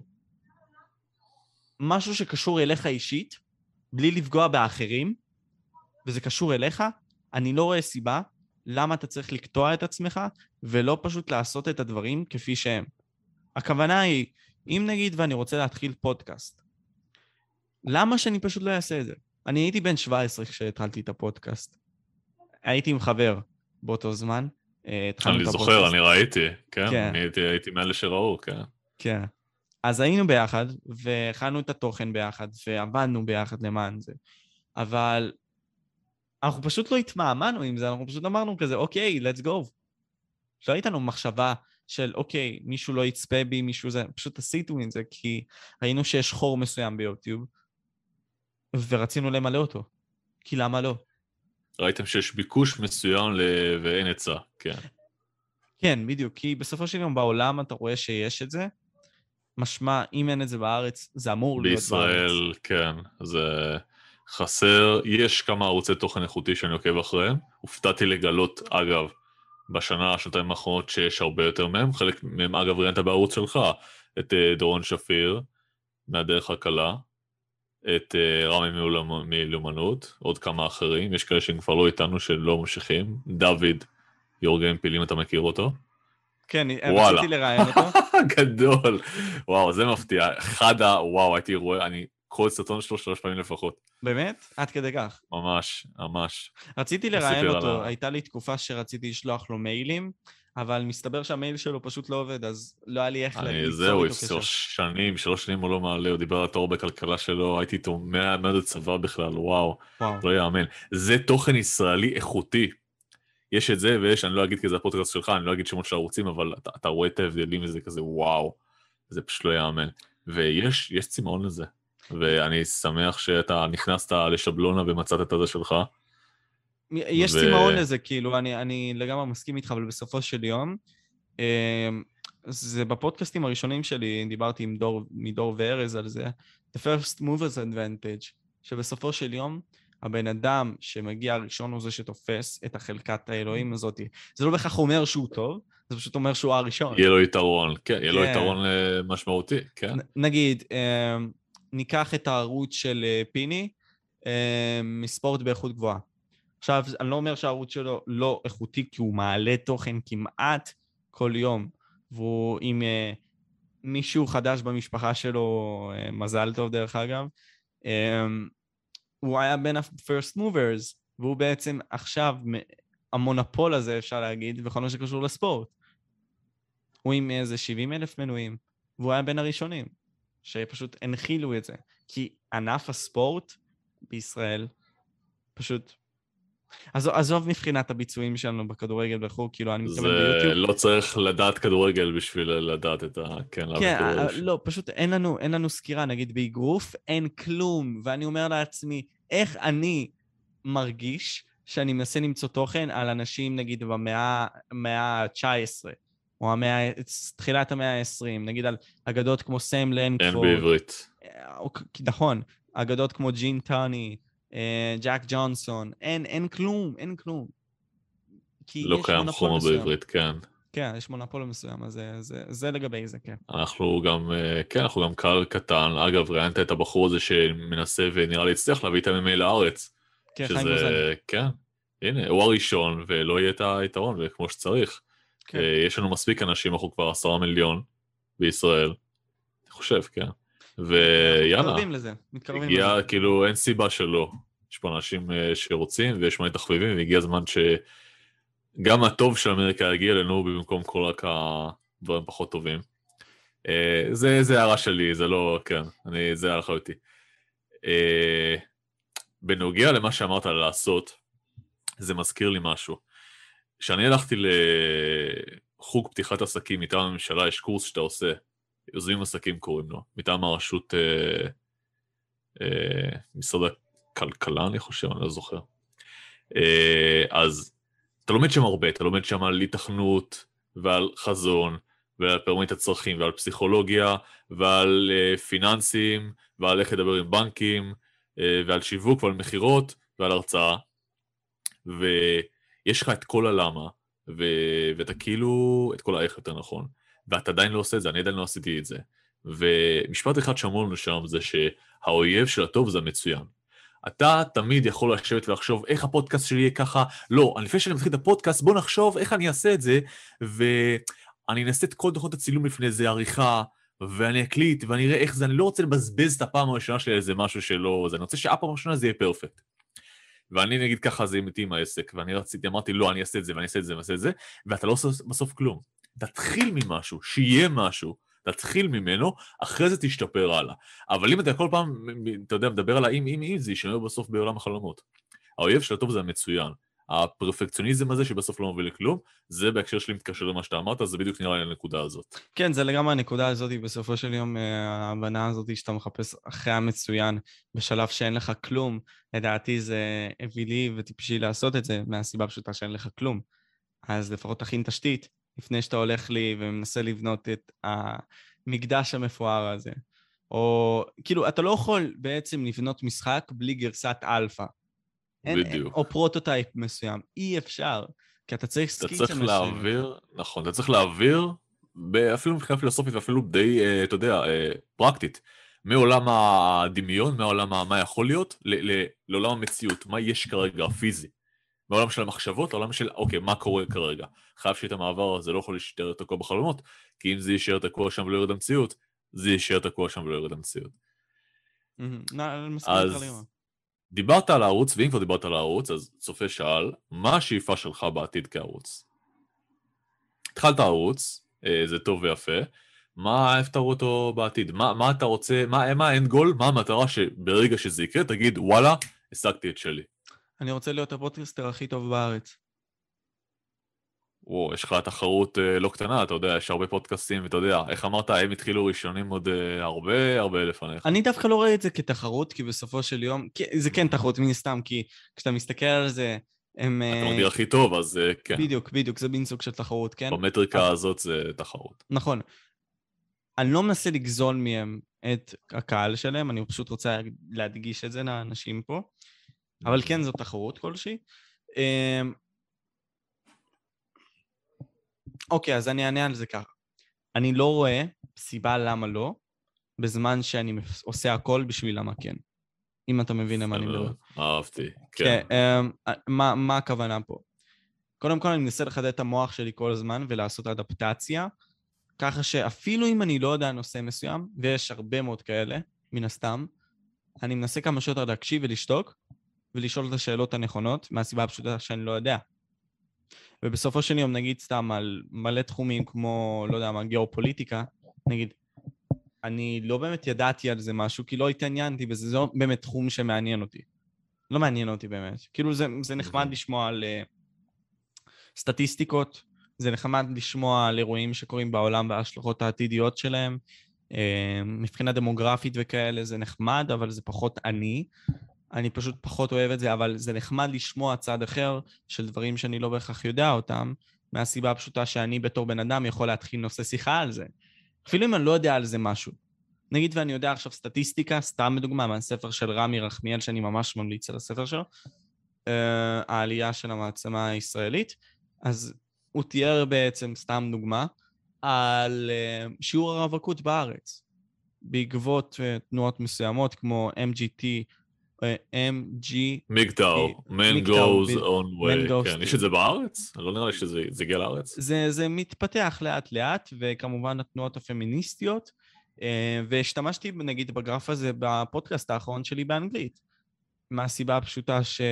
משהו שקשור אליך אישית, בלי לפגוע באחרים, וזה קשור אליך, אני לא רואה סיבה למה אתה צריך לקטוע את עצמך, ולא פשוט לעשות את הדברים כפי שהם. הכוונה היא, אם נגיד ואני רוצה להתחיל פודקאסט, למה שאני פשוט לא אעשה את זה? אני הייתי בן שבע עשרה כשהתחלתי את הפודקאסט. הייתי עם חבר באותו זמן. אני זוכר, אני ראיתי, כן, כן. אני הייתי, הייתי מאלה שראו, כן. כן. אז היינו ביחד, והכנו את התוכן ביחד, ועבדנו ביחד למען זה. אבל אנחנו פשוט לא התמאמנו עם זה, אנחנו פשוט אמרנו כזה, אוקיי, let's go. לא הייתנו מחשבה של, אוקיי, מישהו לא יצפה בי, מישהו זה, פשוט עשיתו עם זה, כי ראינו שיש חור מסוים ביוטיוב, ורצינו למלא אותו. כי למה לא? ראיתם שיש ביקוש מסוים ל... ואין היצע, כן. כן, בדיוק, כי בסופו של יום בעולם אתה רואה שיש את זה, משמע, אם אין את זה בארץ, זה אמור להיות בארץ. בישראל, כן, זה חסר. יש כמה ערוצי תוכן איכותי שאני עוקב אחריהם. הופתעתי לגלות, אגב, בשנה, שנתיים האחרונות, שיש הרבה יותר מהם. חלק מהם, אגב, ראיינת בערוץ שלך, את דורון שפיר, מהדרך הקלה, את רמי מלומנות, עוד כמה אחרים. יש כאלה שהם כבר לא איתנו, שלא ממשיכים. דוד, יורגן פילים, אתה מכיר אותו? כן, רציתי לראיין אותו. גדול. וואו, זה מפתיע. אחד ה... וואו, הייתי רואה, אני כל סרטון שלו שלוש פעמים לפחות. באמת? עד כדי כך. ממש, ממש. רציתי לראיין אותו, הייתה לי תקופה שרציתי לשלוח לו מיילים, אבל מסתבר שהמייל שלו פשוט לא עובד, אז לא היה לי איך ליצור איתו קשר. זהו, שנים, שלוש שנים הוא לא מעלה, הוא דיבר על התור בכלכלה שלו, הייתי איתו מעד הצבא בכלל, וואו, לא יאמן. זה תוכן ישראלי איכותי. יש את זה, ויש, אני לא אגיד כי זה הפודקאסט שלך, אני לא אגיד שמות של ערוצים, אבל אתה, אתה רואה את ההבדלים וזה כזה, וואו, זה פשוט לא יאמן. ויש, יש צימאון לזה. ואני שמח שאתה נכנסת לשבלונה ומצאת את הזה שלך. יש ו... צימאון לזה, כאילו, אני, אני לגמרי מסכים איתך, אבל בסופו של יום, זה בפודקאסטים הראשונים שלי, דיברתי עם דור, מדור וארז על זה, The First Movers Advantage, שבסופו של יום, הבן אדם שמגיע הראשון הוא זה שתופס את החלקת האלוהים הזאת. זה לא בכך אומר שהוא טוב, זה פשוט אומר שהוא הראשון. יהיה לו יתרון, כן, יהיה לו יתרון משמעותי, כן. נגיד, ניקח את הערוץ של פיני, מספורט באיכות גבוהה. עכשיו, אני לא אומר שהערוץ שלו לא איכותי, כי הוא מעלה תוכן כמעט כל יום, והוא עם מישהו חדש במשפחה שלו, מזל טוב דרך אגב, הוא היה בין ה-first movers, והוא בעצם עכשיו המונופול הזה, אפשר להגיד, וכל מה שקשור לספורט. הוא עם איזה שבעים אלף מנויים, והוא היה בין הראשונים, שפשוט הנחילו את זה. כי ענף הספורט בישראל פשוט... אז עזוב מבחינת הביצועים שלנו בכדורגל וכו', כאילו אני מתכוון ביוטיוב. זה לא צריך לדעת כדורגל בשביל לדעת את ה... כן, כן, לא, פשוט אין לנו, אין לנו סקירה, נגיד באגרוף אין כלום, ואני אומר לעצמי, איך אני מרגיש שאני מנסה למצוא תוכן על אנשים, נגיד, במאה ה-תשע עשרה, או המאה, תחילת המאה ה-עשרים, נגיד על אגדות כמו סם לנקפורד. אין בעברית. נכון, אגדות כמו ג'ין טוני, ג'ק ג'ונסון, אין, אין כלום, אין כלום. כי לא יש קיים מונופול חומר מסוים. בעברית, כן. כן, יש מונופול מסוים, אז זה, זה, זה לגבי זה, כן. אנחנו גם, כן, אנחנו גם קהל קטן. אגב, ראיינת את הבחור הזה שמנסה ונראה לי הצליח להביא את ה-אם אם איי לארץ. כן, שזה, חיים גוזלי. כן, הנה, הוא הראשון ולא יהיה את היתרון, וכמו שצריך. כן. יש לנו מספיק אנשים, אנחנו כבר עשרה מיליון בישראל. אני חושב, כן. ויאללה. מתקרבים לזה, מתקרבים הגיע, לזה. כאילו, אין סיבה שלא. יש פה אנשים שרוצים ויש מלא תחביבים, והגיע הזמן שגם הטוב של אמריקה יגיע לנו במקום כל רק הדברים פחות טובים. זה, זה הערה שלי, זה לא, כן, אני, זה הערכה אותי. בנוגע למה שאמרת לעשות, זה מזכיר לי משהו. כשאני הלכתי לחוג פתיחת עסקים מטעם הממשלה, יש קורס שאתה עושה, יוזמים עסקים קוראים לו, מטעם הרשות, אה, אה, משרד הכלכלה אני חושב, אני לא זוכר. אה, אז אתה לומד שם הרבה, אתה לומד שם על התכנות ועל חזון, ועל פירמידת הצרכים, ועל פסיכולוגיה, ועל אה, פיננסים, ועל איך לדבר עם בנקים, אה, ועל שיווק ועל מחירות, ועל הרצאה. ויש לך את כל הלמה, ו... ואתה כאילו, את כל האיך יותר נכון, ואתה עדיין לא עושה את זה, אני עדיין לא עשיתי את זה. ומשפט אחד שאמרו לנו שם זה שהאויב של הטוב זה המצוין. אתה תמיד יכול לשבת ולחשוב איך הפודקאסט שלי יהיה ככה, לא, לפני שאני מתחיל את הפודקאסט, בוא נחשוב איך אני אעשה את זה, ואני אנסה את כל דוחות הצילום לפני זה, עריכה, ואני אקליט, ואני אראה איך זה, אני לא רוצה לבזבז את הפעם הראשונה שלי איזה משהו שלא, אני רוצה שהפעם הראשונה זה יהיה פרפקט. ואני נגיד ככה זה איתי עם העסק, ואני רציתי, אמרתי לא, אני אעשה את זה, ואני אעשה את זה, ואני אעשה את זה, ואתה לא עושה בסוף כלום. תתחיל ממשהו, שיהיה משהו, תתחיל ממנו, אחרי זה תשתפר הלאה. אבל אם אתה כל פעם, אתה יודע, מדבר על האם, אם, אם, זה ישמר בסוף בעולם החלומות. האויב של הטוב זה המצוין. הפרפקציוניזם הזה שבסוף לא מוביל לכלום, זה בהקשר שלי מתקשר למה שאתה אמרת, זה בדיוק נראה לי הנקודה הזאת. כן, זה לגמרי הנקודה הזאת, בסופו של יום, ההבנה הזאת שאתה מחפש אחרי המצוין, בשלב שאין לך כלום, לדעתי זה אווילי וטיפשי לעשות את זה, מהסיבה פשוטה שאין לך כלום. אז לפחות תכין תשתית, לפני שאתה הולך לי ומנסה לבנות את המקדש המפואר הזה. או, כאילו, אתה לא יכול בעצם לבנות משחק בלי גרסת אלפא. בדיוק. או פרוטוטייפ מסוים. אי אפשר, כי אתה צריך סקיצה מסוים. אתה צריך להעביר, נכון, אתה צריך להעביר, אפילו מבחינה פילוסופית ואפילו די, אתה יודע, פרקטית, מעולם הדמיון, מעולם מה יכול להיות, לעולם המציאות, מה יש כרגע, פיזי. מעולם של המחשבות, לעולם של, אוקיי, מה קורה כרגע? חייב שאת המעבר הזה לא יכול להישאר תקוע בחלומות, כי אם זה יישאר תקוע שם ולא ירד המציאות, זה יישאר תקוע שם ולא ירד המציאות. אז דיברת על הערוץ, ואם כבר דיברת על הערוץ, אז צופה שאל, מה השאיפה שלך בעתיד כערוץ? התחלת הערוץ, זה טוב ויפה, מה, איפה תראו אותו בעתיד? מה, מה אתה רוצה, מה, מה האנד גול, מה המטרה שברגע שזה יקרה, תגיד, וואלה, השגתי את שלי. אני רוצה להיות הפודקאסטר הכי טוב בארץ. וואו, יש לך תחרות אה, לא קטנה, אתה יודע, יש הרבה פודקאסטים, ואתה יודע, איך אמרת, הם התחילו ראשונים עוד אה, הרבה, הרבה לפניך. אני דווקא לא רואה את זה כתחרות, כי בסופו של יום, כי, זה כן תחרות, מן הסתם, כי כשאתה מסתכל על זה, הם... אתה מגדיר הכי טוב, אז אה, כן. בדיוק, בדיוק, זה בין סוג של תחרות, כן? במטריקה הזאת זה תחרות. נכון. אני לא מנסה לגזול מהם את הקהל שלהם, אני פשוט רוצה להדגיש את זה לאנשים פה, אבל כן, זו תחרות כלשהי. אוקיי, אז אני אענה על זה ככה. אני לא רואה סיבה למה לא, בזמן שאני עושה הכל בשביל למה כן. אם אתה מבין למה אני מדבר. אהבתי, כן. מה הכוונה פה? קודם כל, אני מנסה לחדד את המוח שלי כל הזמן ולעשות אדפטציה, ככה שאפילו אם אני לא יודע נושא מסוים, ויש הרבה מאוד כאלה, מן הסתם, אני מנסה כמה שיותר להקשיב ולשתוק, ולשאול את השאלות הנכונות, מהסיבה הפשוטה שאני לא יודע. ובסופו של יום, נגיד סתם על מלא תחומים כמו, לא יודע מה, גיאופוליטיקה, נגיד, אני לא באמת ידעתי על זה משהו, כי לא התעניינתי בזה, זה לא באמת תחום שמעניין אותי. לא מעניין אותי באמת. כאילו זה, זה נחמד לשמוע על uh, סטטיסטיקות, זה נחמד לשמוע על אירועים שקורים בעולם וההשלכות העתידיות שלהם, uh, מבחינה דמוגרפית וכאלה, זה נחמד, אבל זה פחות אני. אני פשוט פחות אוהב את זה, אבל זה נחמד לשמוע צד אחר של דברים שאני לא בהכרח יודע אותם, מהסיבה הפשוטה שאני בתור בן אדם יכול להתחיל נושא שיחה על זה. אפילו אם אני לא יודע על זה משהו. נגיד ואני יודע עכשיו סטטיסטיקה, סתם בדוגמה, מהספר של רמי רחמיאל, שאני ממש ממליץ על הספר שלו, העלייה של המעצמה הישראלית, אז הוא תיאר בעצם, סתם דוגמה, על שיעור הרווקות בארץ, בעקבות תנועות מסוימות כמו אם ג'י טי, אם ג'י... מגדל, man goes on way, כן, יש את זה בארץ? לא נראה לי שזה הגיע לארץ. זה, זה מתפתח לאט לאט, וכמובן התנועות הפמיניסטיות, והשתמשתי נגיד בגרף הזה בפודקאסט האחרון שלי באנגלית, מהסיבה הפשוטה ש...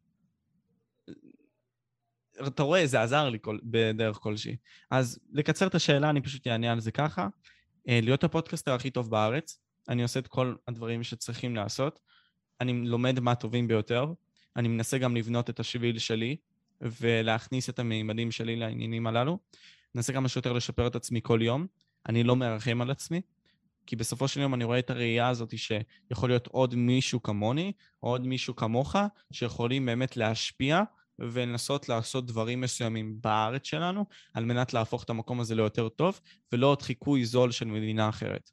אתה רואה, זה עזר לי כל, בדרך כלשהי. אז לקצר את השאלה, אני פשוט אענה על זה ככה. להיות הפודקאסטר הכי טוב בארץ, אני עושה את כל הדברים שצריכים לעשות, אני לומד מה טובים ביותר, אני מנסה גם לבנות את השביל שלי, ולהכניס את המימדים שלי לעניינים הללו, מנסה כמה שיותר לשפר את עצמי כל יום, אני לא מרחם על עצמי, כי בסופו של יום אני רואה את הראייה הזאת שיכול להיות עוד מישהו כמוני, או עוד מישהו כמוך, שיכולים באמת להשפיע, ולנסות לעשות דברים מסוימים בארץ שלנו, על מנת להפוך את המקום הזה ליותר טוב, ולא עוד חיקוי זול של מדינה אחרת.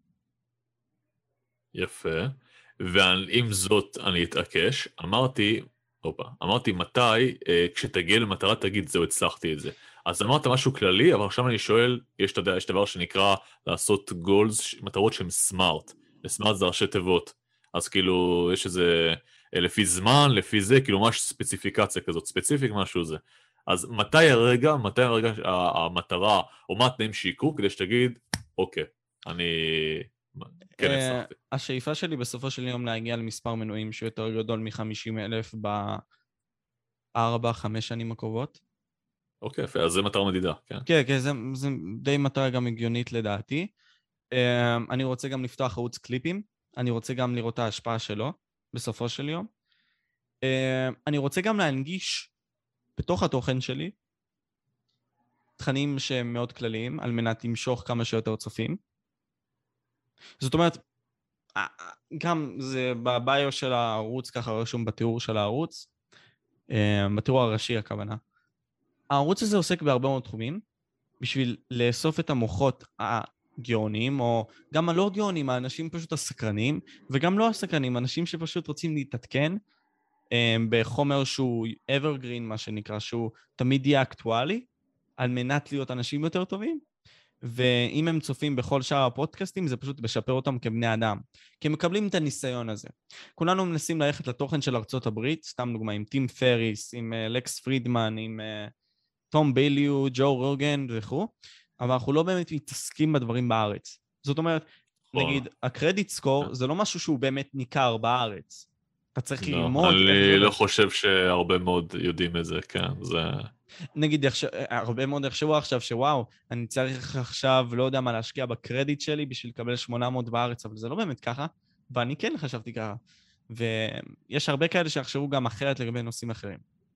יפה. ועם זאת אני אתעקש, אמרתי, אופה, אמרתי מתי, אה, כשתגיע למטרה תגיד, זהו, הצלחתי את זה. אז אמרת משהו כללי, אבל עכשיו אני שואל, יש, תדע, יש דבר שנקרא לעשות גולס, מטרות שהן סמארט, וסמארט זה ראשי תיבות, אז כאילו, יש איזה, לפי זמן, לפי זה, כאילו ממש ספציפיקציה כזאת, ספציפיק משהו זה. אז מתי הרגע, מתי הרגע המטרה, או מה התנאים שיקרו, כדי שתגיד, אוקיי, אני... כן, הצלחתי. השאיפה שלי בסופו של יום להגיע למספר מנויים שהוא יותר גדול מ-חמישים אלף בארבע, חמש שנים הקרובות. אוקיי, יפה, אז זה מטרה מדידה, כן. כן, כן, זה, זה די מטרה גם הגיונית לדעתי. אני רוצה גם לפתוח ערוץ קליפים, אני רוצה גם לראות את ההשפעה שלו, בסופו של יום. אני רוצה גם להנגיש בתוך התוכן שלי, תכנים שהם מאוד כלליים, על מנת למשוך כמה שיותר צופים. זאת אומרת, גם זה בביו של הערוץ, ככה רשום בתיאור של הערוץ, בתיאור הראשי הכוונה. הערוץ הזה עוסק בהרבה מאוד תחומים, בשביל לאסוף את המוחות הגאונים, או גם הלא גאונים, האנשים פשוט הסקרנים, וגם לא הסקרנים, אנשים שפשוט רוצים להתעדכן, בחומר שהוא evergreen, מה שנקרא, שהוא תמיד יהיה אקטואלי, על מנת להיות אנשים יותר טובים, ואם הם צופים בכל שאר הפודקאסטים, זה פשוט משפר אותם כבני אדם, כי הם מקבלים את הניסיון הזה. כולנו מנסים ללכת לתוכן של ארצות הברית, סתם דוגמה, עם טים פריס, עם לקס פרידמן, עם תום בייליו, ג'ו רוגן וכו', אבל אנחנו לא באמת מתעסקים בדברים בארץ. זאת אומרת, נגיד, הקרדיט סקור זה לא משהו שהוא באמת ניכר בארץ. אתה צריך ללמוד... אני לא חושב שהרבה מאוד יודעים את זה, כן, זה... נגיד, הרבה מאוד יחשבו עכשיו שוואו, אני צריך עכשיו, לא יודע מה, להשקיע בקרדיט שלי בשביל לקבל שמונה מאות בארץ, אבל זה לא באמת ככה, ואני כן חשבתי ככה. ויש הרבה כאלה שיחשבו גם אחרת לגבי נושאים אחרים.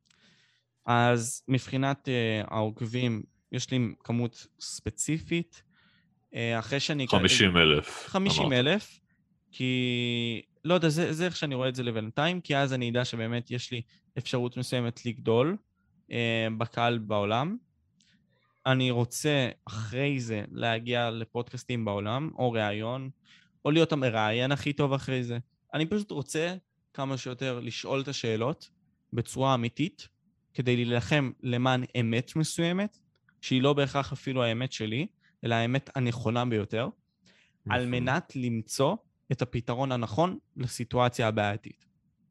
אז מבחינת העוקבים, יש לי כמות ספציפית, אחרי שאני... חמישים אלף. חמישים אלף, כי... לא יודע, זה, זה איך שאני רואה את זה לבינתיים, כי אז אני יודע שבאמת יש לי אפשרות מסוימת לגדול אה, בקהל בעולם. אני רוצה אחרי זה להגיע לפודקאסטים בעולם, או ראיון, או להיות המראיין הכי טוב אחרי זה. אני פשוט רוצה כמה שיותר לשאול את השאלות בצורה אמיתית, כדי להילחם למען אמת מסוימת, שהיא לא בהכרח אפילו האמת שלי, אלא האמת הנכונה ביותר, על מנת למצוא את הפתרון הנכון לסיטואציה הבעייתית.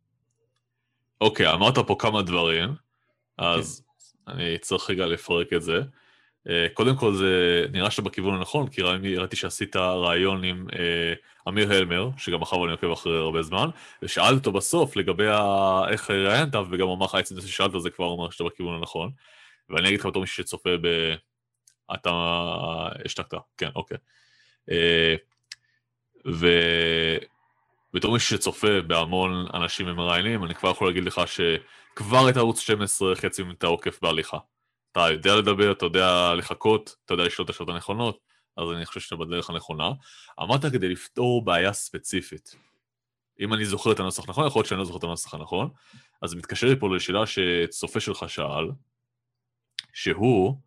אוקיי, אמרת פה כמה דברים, אז אני צריך רגע לפרק את זה. קודם כל זה נראה שאתה בכיוון הנכון, כי ראיתי שעשית רעיון עם אמיר הלמר, שגם אחר אני עוקב אחרי הרבה זמן, ושאלת אותו בסוף לגבי איך ראיינת, וגם אמר לך עצם זה ששאלת, זה כבר אומר שאתה בכיוון הנכון. ואני אגיד לך בתור מישהו שצופה ב... אתה השתקת, כן, אוקיי. ובתור מישהו שצופה בהמון אנשים ומראיינים, אני כבר יכול להגיד לך שכבר את ערוץ שתים עשרה חצי אתה עוקף בהליכה. אתה יודע לדבר, אתה יודע לחכות, אתה יודע לשאול את השאלות הנכונות, אז אני חושב שאתה בדרך הנכונה. אמרת כדי לפתור בעיה ספציפית. אם אני זוכר את הנוסח נכון, יכול להיות שאני לא זוכר את הנוסח הנכון, אז מתקשר לי פה לשאלה שצופה שלך שאל, שהוא,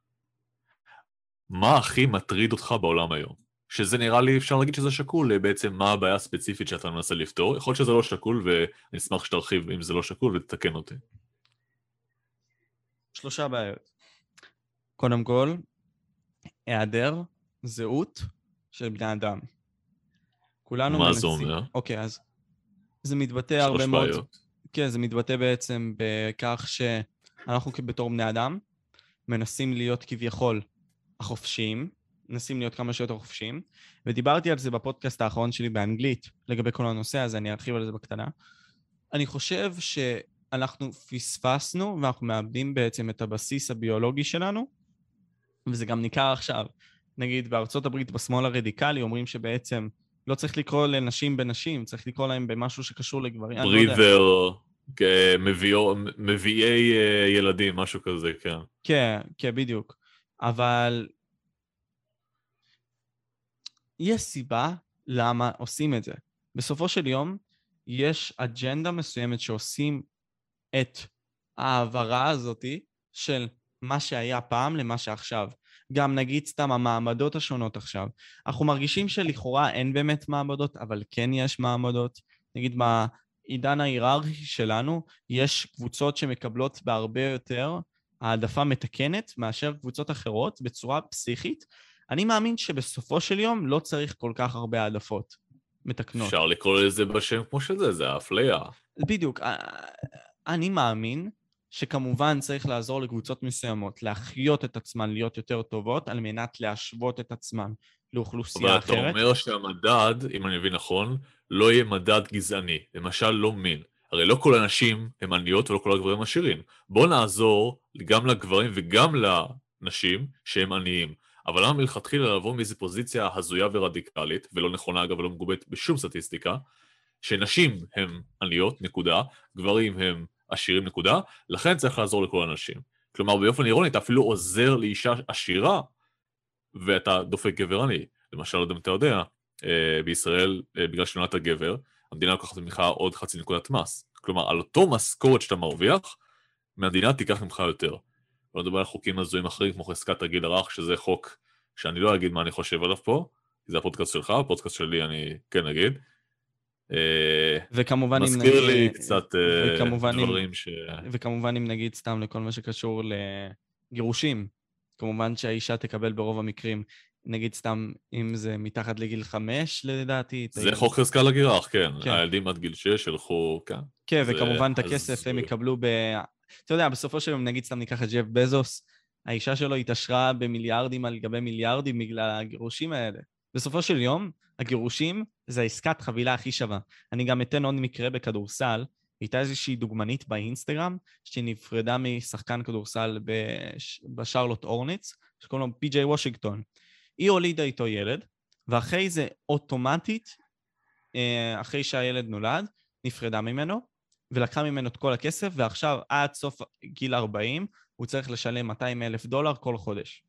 מה הכי מטריד אותך בעולם היום? שזה נראה לי, אפשר להגיד שזה שקול, בעצם מה הבעיה הספציפית שאתה מנסה לפתור. יכול להיות שזה לא שקול, ואני אשמח שתרחיב אם זה לא שקול ותתקן אותי. שלושה בעיות. קודם כל, היעדר זהות של בני אדם. כולנו מה זה מנסים... אומר? אוקיי, אז זה מתבטא הרבה שלוש מאוד... בעיות. כן, זה מתבטא בעצם בכך שאנחנו בתור בני אדם מנסים להיות כביכול החופשיים, מנסים להיות כמה שיותר חופשיים, ודיברתי על זה בפודקאסט האחרון שלי באנגלית, לגבי כל הנושא, אז אני ארחיב על זה בקטנה. אני חושב שאנחנו פספסנו, ואנחנו מאבדים בעצם את הבסיס הביולוגי שלנו, וזה גם ניכר עכשיו. נגיד, בארצות הברית, בשמאל הרדיקלי, אומרים שבעצם לא צריך לקרוא לנשים בנשים, צריך לקרוא להם במשהו שקשור לגברים. ברידר, מביאי ילדים, משהו כזה, כן. כן, כן, בדיוק. אבל יש סיבה למה עושים את זה. בסופו של יום, יש אג'נדה מסוימת שעושים את העברה הזאת של מה שהיה פעם למה שעכשיו. גם נגיד סתם המעמדות השונות עכשיו. אנחנו מרגישים שלכאורה אין באמת מעמדות, אבל כן יש מעמדות. נגיד בעידן ההיררכי שלנו, יש קבוצות שמקבלות בהרבה יותר העדפה מתקנת מאשר קבוצות אחרות בצורה פסיכית. אני מאמין שבסופו של יום לא צריך כל כך הרבה העדפות מתקנות. אפשר לקרוא לזה בשם כמו שזה, זה האפליה. בדיוק. אני מאמין שכמובן צריך לעזור לקבוצות מסוימות להחיות את עצמן להיות יותר טובות על מנת להשוות את עצמן לאוכלוסייה אחרת. אבל אתה אומר שהמדד, אם אני מבין נכון, לא יהיה מדד גזעני, למשל לא מין. הרי לא כל הנשים הם עניות ולא כל הגברים עשירים. בוא נעזור גם לגברים וגם לנשים שהם עניים. אבל למה מלכתחילה לבוא מאיזו פוזיציה הזויה ורדיקלית, ולא נכונה אגב ולא מגובית בשום סטטיסטיקה, שנשים הם עניות, נקודה, גברים הם עשירים, נקודה, לכן צריך לעזור לכל הנשים. כלומר, באופן אירוני, אתה אפילו עוזר לאישה עשירה, ואתה דופק גבר עני. למשל, אם אתה יודע, בישראל, בגלל שנולדת הגבר, המדינה לוקחת ממך עוד חצי נקודת מס. כלומר, על אותו משכורת שאתה מרוויח, מהמדינה תיקח ממך יותר. ולא מדבר על חוקים הזויים אחרים, כמו חזקת הגיל הרך, שזה חוק שאני לא אגיד מה אני חושב עליו פה, כי זה הפודקאסט שלך, הפודקאסט שלי אני כן אגיד. וכמובן מזכיר לי קצת דברים ש... וכמובן אם נגיד סתם לכל מה שקשור לגירושים, כמובן שהאישה תקבל ברוב המקרים, נגיד סתם אם זה מתחת לגיל חמש לדעתי. זה חוק חזקה לגיל הרך, כן. הילדים עד גיל שש הלכו, כן. כן, וכמובן את הכסף הם יקבלו ב... אתה יודע, בסופו של יום נגיד סתם ניקח את ג'ף בזוס, האישה שלו התעשרה במיליארדים על גבי מיליארדים בגלל הגירושים האלה. בסופו של יום, הגירושים זה העסקת חבילה הכי שווה. אני גם אתן עוד מקרה בכדורסל, הייתה איזושהי דוגמנית באינסטגרם, שנפרדה משחקן כדורסל בשרלוט אורניץ, שקוראים לו פי ג'יי וושינגטון. היא הולידה איתו ילד, ואחרי זה אוטומטית, אחרי שהילד נולד, נפרדה ממנו, ולקחה ממנו את כל הכסף, ועכשיו עד סוף גיל ארבעים, הוא צריך לשלם מאתיים אלף דולר כל חודש.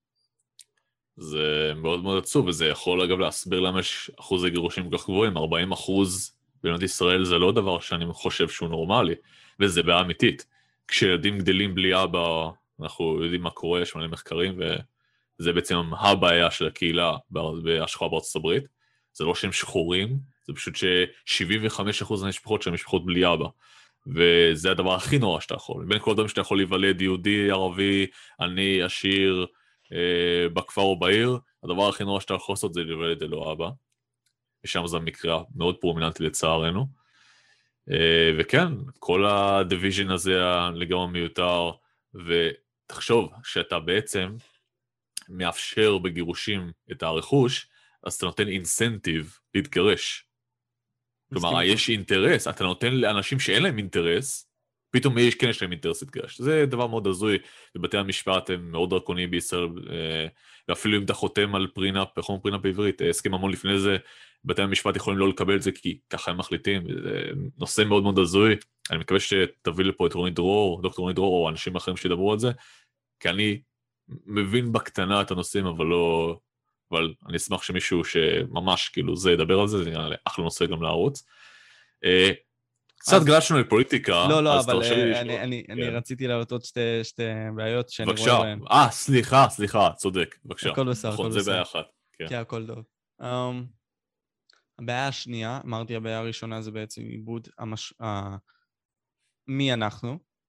זה מאוד מאוד עצוב, וזה יכול אגב להסביר למה יש אחוזי גירושים כל כך גבוהים. ארבעים אחוז במדינת ישראל זה לא דבר שאני חושב שהוא נורמלי, וזה בעיה אמיתית. כשילדים גדלים בלי אבא, אנחנו יודעים מה קורה, יש מלא מחקרים, וזה בעצם הבעיה של הקהילה השחורה בארצות הברית. זה לא שהם שחורים, זה פשוט ש-שבעים וחמישה אחוז מהמשפחות שהן משפחות בלי אבא. וזה הדבר הכי נורא שאתה יכול. בין כל הדברים שאתה יכול להיוולד, יהודי, ערבי, עני, עשיר, אה, בכפר או בעיר, הדבר הכי נורא שאתה יכול לעשות זה להיוולד ללא אבא. ושם זה המקרה מאוד פרומיננטי לצערנו. אה, וכן, כל הדיוויז'ן הזה לגמרי מיותר, ותחשוב שאתה בעצם מאפשר בגירושים את הרכוש, אז אתה נותן אינסנטיב להתגרש. כלומר, יש אינטרס, אתה נותן לאנשים שאין להם אינטרס, פתאום יש, כן יש להם אינטרס להתגרש. זה דבר מאוד הזוי, ובתי המשפט הם מאוד דרקוניים בישראל, ואפילו אם אתה חותם על פרינאפ, איך אומרים פרינאפ בעברית, הסכם המון לפני זה, בתי המשפט יכולים לא לקבל את זה, כי ככה הם מחליטים, זה נושא מאוד מאוד הזוי, אני מקווה שתביא לפה את רוני דרור, דוקטור רוני דרור, או אנשים אחרים שידברו על זה, כי אני מבין בקטנה את הנושאים, אבל לא... אבל אני אשמח שמישהו שממש כאילו זה ידבר על זה, זה נראה לי אחלה נושא גם לערוץ. קצת גלשנו לפוליטיקה. לא, לא, אבל אני רציתי להעלות עוד שתי בעיות שאני רואה בהן. אה, סליחה, סליחה, צודק, בבקשה. הכל בסדר, הכל בסדר. זה בעיה אחת. כן, הכל טוב. הבעיה השנייה, אמרתי הבעיה הראשונה זה בעצם עיבוד מי אנחנו,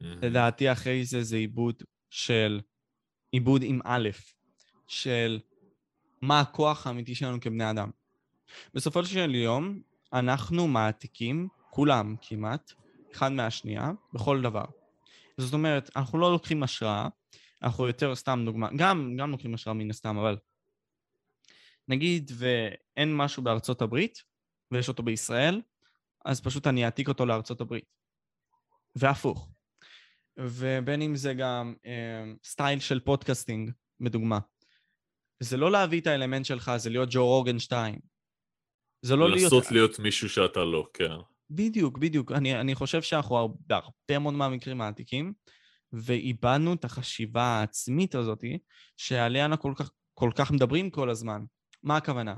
לדעתי אחרי זה זה עיבוד של, עיבוד עם א', של מה הכוח האמיתי שלנו כבני אדם. בסופו של יום, אנחנו מעתיקים, כולם כמעט, אחד מהשנייה, בכל דבר. זאת אומרת, אנחנו לא לוקחים השראה, אנחנו יותר סתם דוגמה, גם, גם לוקחים השראה מן הסתם, אבל נגיד ואין משהו בארצות הברית, ויש אותו בישראל, אז פשוט אני אעתיק אותו לארצות הברית. והפוך. ובין אם זה גם אה, סטייל של פודקאסטינג, בדוגמה. זה לא להביא את האלמנט שלך, זה להיות ג'ו רוגן שתיים. זה לא להיות... לנסות להיות מישהו שאתה לא, כן. בדיוק, בדיוק. אני, אני חושב שאנחנו בהרבה מאוד מהמקרים העתיקים, ואיבדנו את החשיבה העצמית הזאת, שעליה אנחנו כל כך, כל כך מדברים כל הזמן. מה הכוונה?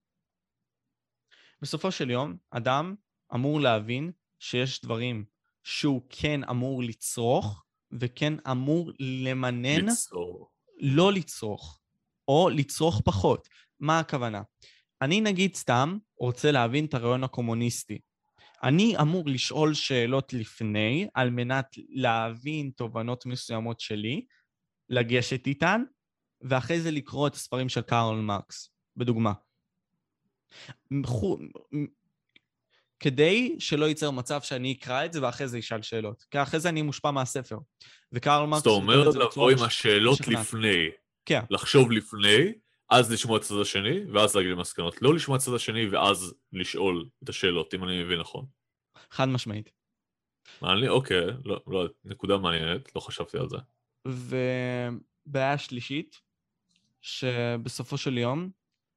בסופו של יום, אדם אמור להבין שיש דברים שהוא כן אמור לצרוך, וכן אמור למנן, לצרוך. לא לצרוך, או לצרוך פחות. מה הכוונה? אני נגיד סתם רוצה להבין את הרעיון הקומוניסטי. אני אמור לשאול שאלות לפני, על מנת להבין תובנות מסוימות שלי, לגשת איתן, ואחרי זה לקרוא את הספרים של קארל מרקס, בדוגמה. כדי שלא ייצר מצב שאני אקרא את זה, ואחרי זה ישאל שאלות. כי אחרי זה אני מושפע מהספר. וקארל מרקס... זאת אומרת לבוא עם השאלות לפני. כן. לחשוב לפני, אז לשמוע את הצד השני, ואז להגיד למסקנות. לא לשמוע את הצד השני, ואז לשאול את השאלות, אם אני מבין נכון. חד משמעית. מעניין לי? אוקיי. לא, לא, נקודה מעניינת, לא חשבתי על זה. ובעיה שלישית, שבסופו של יום,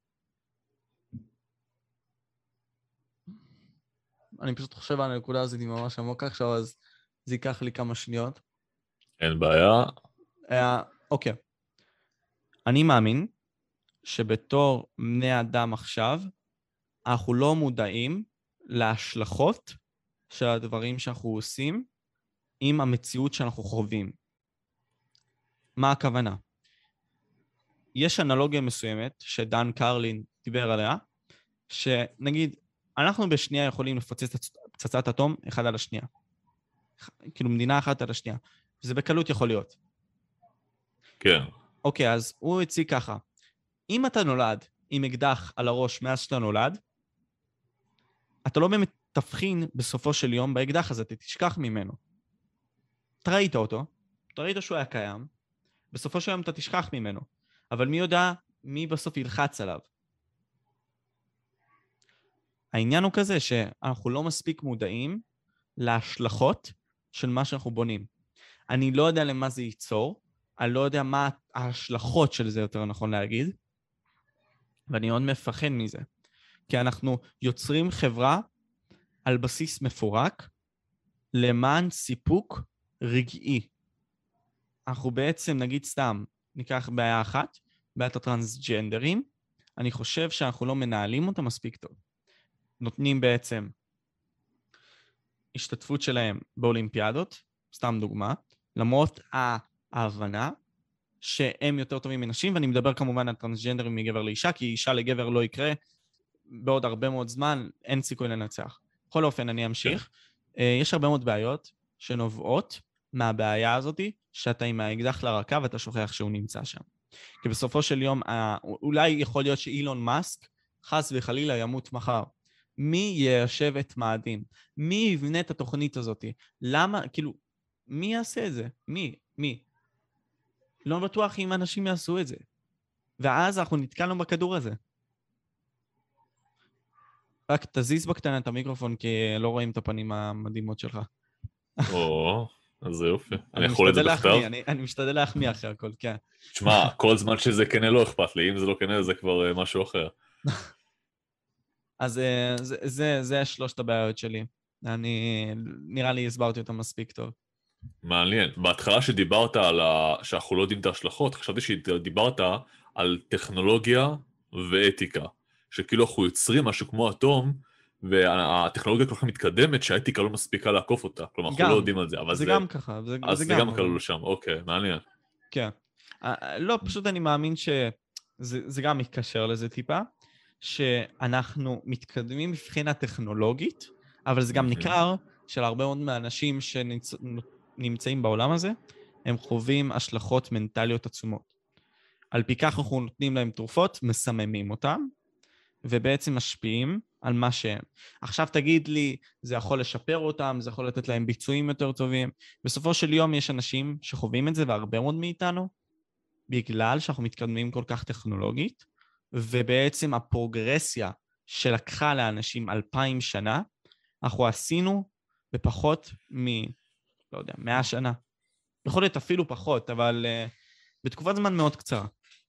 אני פשוט חושב על הנקודה הזאת ממש עמוק עכשיו, אז זה ייקח לי כמה שניות. אין בעיה. אה, אוקיי. אני מאמין שבתור בני אדם עכשיו, אנחנו לא מודעים להשלכות של הדברים שאנחנו עושים עם המציאות שאנחנו חווים. מה הכוונה? יש אנלוגיה מסוימת שדן קרלין דיבר עליה, שנגיד, אנחנו בשנייה יכולים לפוצץ פצצת אטום אחד על השנייה. כאילו מדינה אחת על השנייה. וזה בקלות יכול להיות. כן. אוקיי, אז הוא הציג ככה. אם אתה נולד עם אקדח על הראש מאז שאתה נולד, אתה לא באמת תבחין בסופו של יום באקדח הזה, אתה תשכח ממנו. אתה ראית אותו, אתה ראית שהוא היה קיים, בסופו של יום אתה תשכח ממנו. אבל מי יודע מי בסוף ילחץ עליו? העניין הוא כזה שאנחנו לא מספיק מודעים להשלכות של מה שאנחנו בונים. אני לא יודע למה זה ייצור, אני לא יודע מה ההשלכות של זה יותר נכון להגיד, ואני מאוד מפחד מזה. כי אנחנו יוצרים חברה על בסיס מפורק למען סיפוק רגעי. אנחנו בעצם נגיד סתם, ניקח בעיה אחת, בעיית הטרנסג'נדרים, אני חושב שאנחנו לא מנהלים אותה מספיק טוב. נותנים בעצם השתתפות שלהם באולימפיאדות, סתם דוגמה, למרות ההבנה שהם יותר טובים מנשים, ואני מדבר כמובן על טרנסג'נדרים מגבר לאישה, כי אישה לגבר לא יקרה, בעוד הרבה מאוד זמן אין סיכוי לנצח. בכל אופן אני אמשיך. Okay. יש הרבה מאוד בעיות שנובעות מהבעיה הזאת, שאתה עם האקדח לרקה ואתה שוכח שהוא נמצא שם. כי בסופו של יום, אולי יכול להיות שאילון מאסק, חס וחלילה ימות מחר. מי יישב את מאדים? מי יבנה את התוכנית הזאת? למה, כאילו, מי יעשה את זה? מי? מי? לא בטוח אם אנשים יעשו את זה. ואז אנחנו נתקלנו בכדור הזה. רק תזיז בקטנה את המיקרופון, כי לא רואים את הפנים המדהימות שלך. או, אז זה יופי. אני יכול את זה בכתב? אני משתדל להחמיא אחרי הכל, כן. תשמע, כל זמן שזה כנה לא אכפת לי, אם זה לא כנה זה כבר משהו אחר. אז זה, זה, זה שלושת הבעיות שלי. אני, נראה לי הסברתי אותם מספיק טוב. מעניין. בהתחלה שדיברת על ה... שאנחנו לא יודעים את ההשלכות, חשבתי שדיברת על טכנולוגיה ואתיקה. שכאילו אנחנו יוצרים משהו כמו אטום, והטכנולוגיה כל כך מתקדמת שהאתיקה לא מספיקה לעקוף אותה. כלומר, אנחנו לא יודעים על זה. אבל זה, זה גם ככה. זה, אז זה, זה גם, גם אבל... כלול שם. אוקיי, מעניין. כן. לא, פשוט אני מאמין שזה זה גם מתקשר לזה טיפה, שאנחנו מתקדמים מבחינה טכנולוגית, אבל זה גם ניכר של הרבה מאוד מהאנשים נמצאים בעולם הזה, הם חווים השלכות מנטליות עצומות. על פי כך אנחנו נותנים להם תרופות, מסממים אותם, ובעצם משפיעים על מה שהם. עכשיו תגיד לי, זה יכול לשפר אותם, זה יכול לתת להם ביצועים יותר טובים. בסופו של יום יש אנשים שחווים את זה, והרבה מאוד מאיתנו, בגלל שאנחנו מתקדמים כל כך טכנולוגית, ובעצם הפרוגרסיה שלקחה לאנשים אלפיים שנה, אנחנו עשינו בפחות מ... לא יודע, מאה שנה. יכול להיות אפילו פחות, אבל uh, בתקופת זמן מאוד קצרה.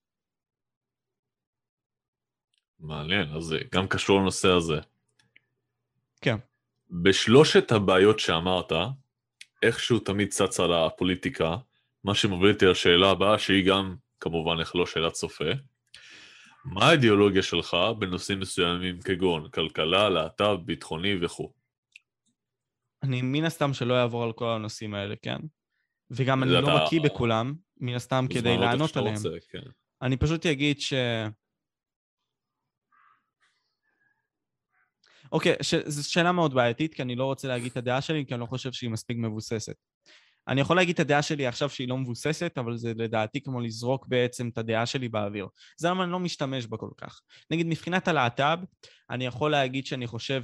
מעניין, אז זה גם קשור לנושא הזה. כן. בשלושת הבעיות שאמרת, איכשהו תמיד צץ על הפוליטיקה, מה שמוביל אותי לשאלה הבאה, שהיא גם כמובן איך לא שאלת צופה. מה האידיאולוגיה שלך בנושאים מסוימים כגון כלכלה, להט"ב, ביטחוני וכו'? אני מן הסתם שלא אעבור על כל הנושאים האלה, כן? וגם אני אתה... לא בקיא בכולם, מן הסתם כדי לענות עליהם. רוצה, כן. אני פשוט אגיד ש... אוקיי, ש... זו שאלה מאוד בעייתית, כי אני לא רוצה להגיד את הדעה שלי, כי אני לא חושב שהיא מספיק מבוססת. אני יכול להגיד את הדעה שלי עכשיו שהיא לא מבוססת, אבל זה לדעתי כמו לזרוק בעצם את הדעה שלי באוויר. זה למה אני לא משתמש בה כל כך. נגיד, מבחינת הלהט"ב, אני יכול להגיד שאני חושב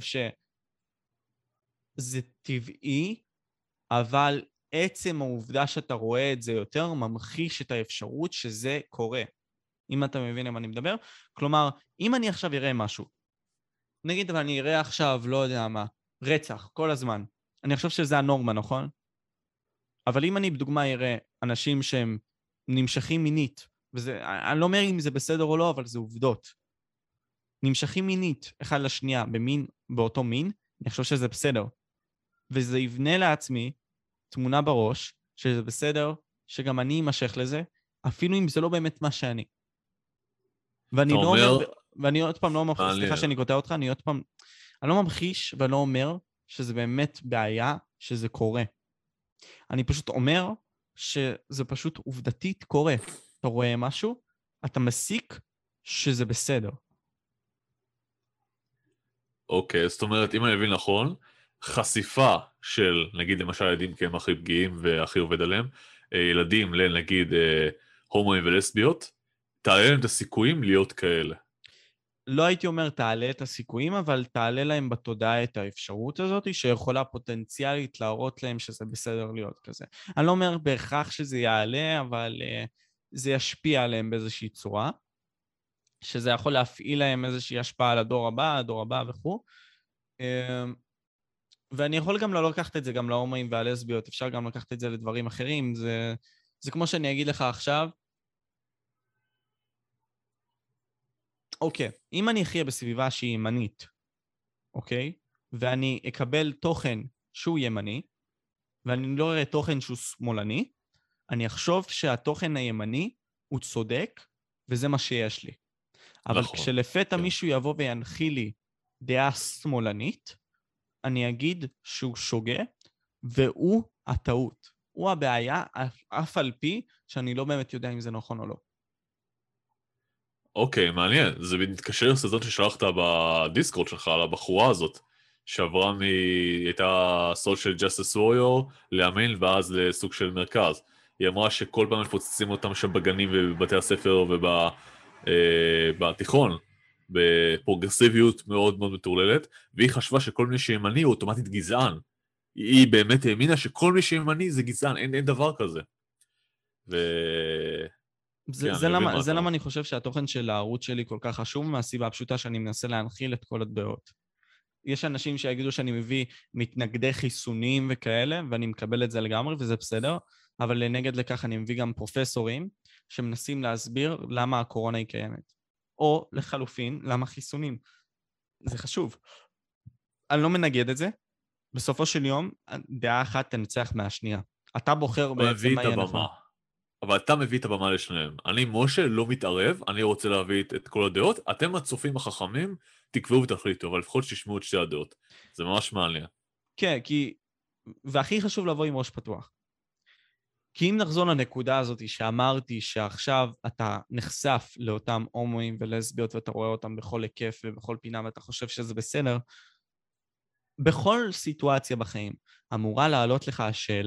שזה טבעי, אבל עצם העובדה שאתה רואה את זה יותר, ממחיש את האפשרות שזה קורה. אם אתה מבין למה אני מדבר. כלומר, אם אני עכשיו אראה משהו, נגיד, אבל אני אראה עכשיו, לא יודע מה, רצח, כל הזמן. אני חושב שזה הנורמה, נכון? אבל אם אני בדוגמה אראה אנשים שהם נמשכים מינית, וזה, אני לא אומר אם זה בסדר או לא, אבל זה עובדות. נמשכים מינית אחד לשנייה במין, באותו מין, אני חושב שזה בסדר. וזה יבנה לעצמי תמונה בראש, שזה בסדר, שגם אני אמשך לזה, אפילו אם זה לא באמת מה שאני. ואני לא אומר, אומר ואני עוד פעם לא אומר, סליחה שאני קוטע אותך, אני עוד פעם, אני לא ממחיש ואני לא אומר שזה באמת בעיה שזה קורה. אני פשוט אומר שזה פשוט עובדתית קורה. אתה רואה משהו, אתה מסיק שזה בסדר. אוקיי, זאת אומרת, אם אני מבין נכון, חשיפה של, נגיד למשל ילדים כי הם הכי פגיעים והכי עובד עליהם, ילדים לנגיד הומואים ולסביות, תעלה להם את הסיכויים להיות כאלה. לא הייתי אומר תעלה את הסיכויים, אבל תעלה להם בתודעה את האפשרות הזאת, שיכולה פוטנציאלית להראות להם שזה בסדר להיות כזה. אני לא אומר בהכרח שזה יעלה, אבל uh, זה ישפיע עליהם באיזושהי צורה, שזה יכול להפעיל להם איזושהי השפעה על הדור הבא, הדור הבא וכו'. Uh, ואני יכול גם לא לקחת את זה גם להומואים והלסביות, אפשר גם לקחת את זה לדברים אחרים, זה, זה כמו שאני אגיד לך עכשיו, אוקיי, אם אני אחיה בסביבה שהיא ימנית, אוקיי, ואני אקבל תוכן שהוא ימני, ואני לא אראה תוכן שהוא שמאלני, אני אחשוב שהתוכן הימני הוא צודק, וזה מה שיש לי. אבל נכון, כשלפתע כן. מישהו יבוא וינחיל לי דעה שמאלנית, אני אגיד שהוא שוגה, והוא הטעות. הוא הבעיה, אף על פי שאני לא באמת יודע אם זה נכון או לא. אוקיי, מעניין. זה מתקשר לסרטון ששלחת בדיסקורד שלך, על הבחורה הזאת, שעברה מ... הייתה social justice warrior לאמן, ואז לסוג של מרכז. היא אמרה שכל פעם מפוצצים אותם שם בגנים ובבתי הספר ובתיכון, בפרוגרסיביות מאוד מאוד מטורללת, והיא חשבה שכל מי שימני הוא אוטומטית גזען. היא באמת האמינה שכל מי שימני זה גזען, אין, אין דבר כזה. ו... זה, זה, למה, זה למה אני חושב שהתוכן של הערוץ שלי כל כך חשוב, מהסיבה הפשוטה שאני מנסה להנחיל את כל הדעות. יש אנשים שיגידו שאני מביא מתנגדי חיסונים וכאלה, ואני מקבל את זה לגמרי, וזה בסדר, אבל לנגד לכך אני מביא גם פרופסורים שמנסים להסביר למה הקורונה היא קיימת. או לחלופין, למה חיסונים. זה חשוב. אני לא מנגד את זה. בסופו של יום, דעה אחת תנצח מהשנייה. אתה בוחר בעצם מה יהיה נכון. אבל אתה מביא את הבמה לשניהם. אני, משה, לא מתערב, אני רוצה להביא את, את כל הדעות. אתם הצופים החכמים, תקבעו ותחליטו, אבל לפחות שתשמעו את שתי הדעות. זה ממש מעניין. כן, כי... והכי חשוב לבוא עם ראש פתוח. כי אם נחזור לנקודה הזאת שאמרתי שעכשיו אתה נחשף לאותם הומואים ולסביות ואתה רואה אותם בכל היקף ובכל פינה ואתה חושב שזה בסדר, בכל סיטואציה בחיים אמורה לעלות לך השאלה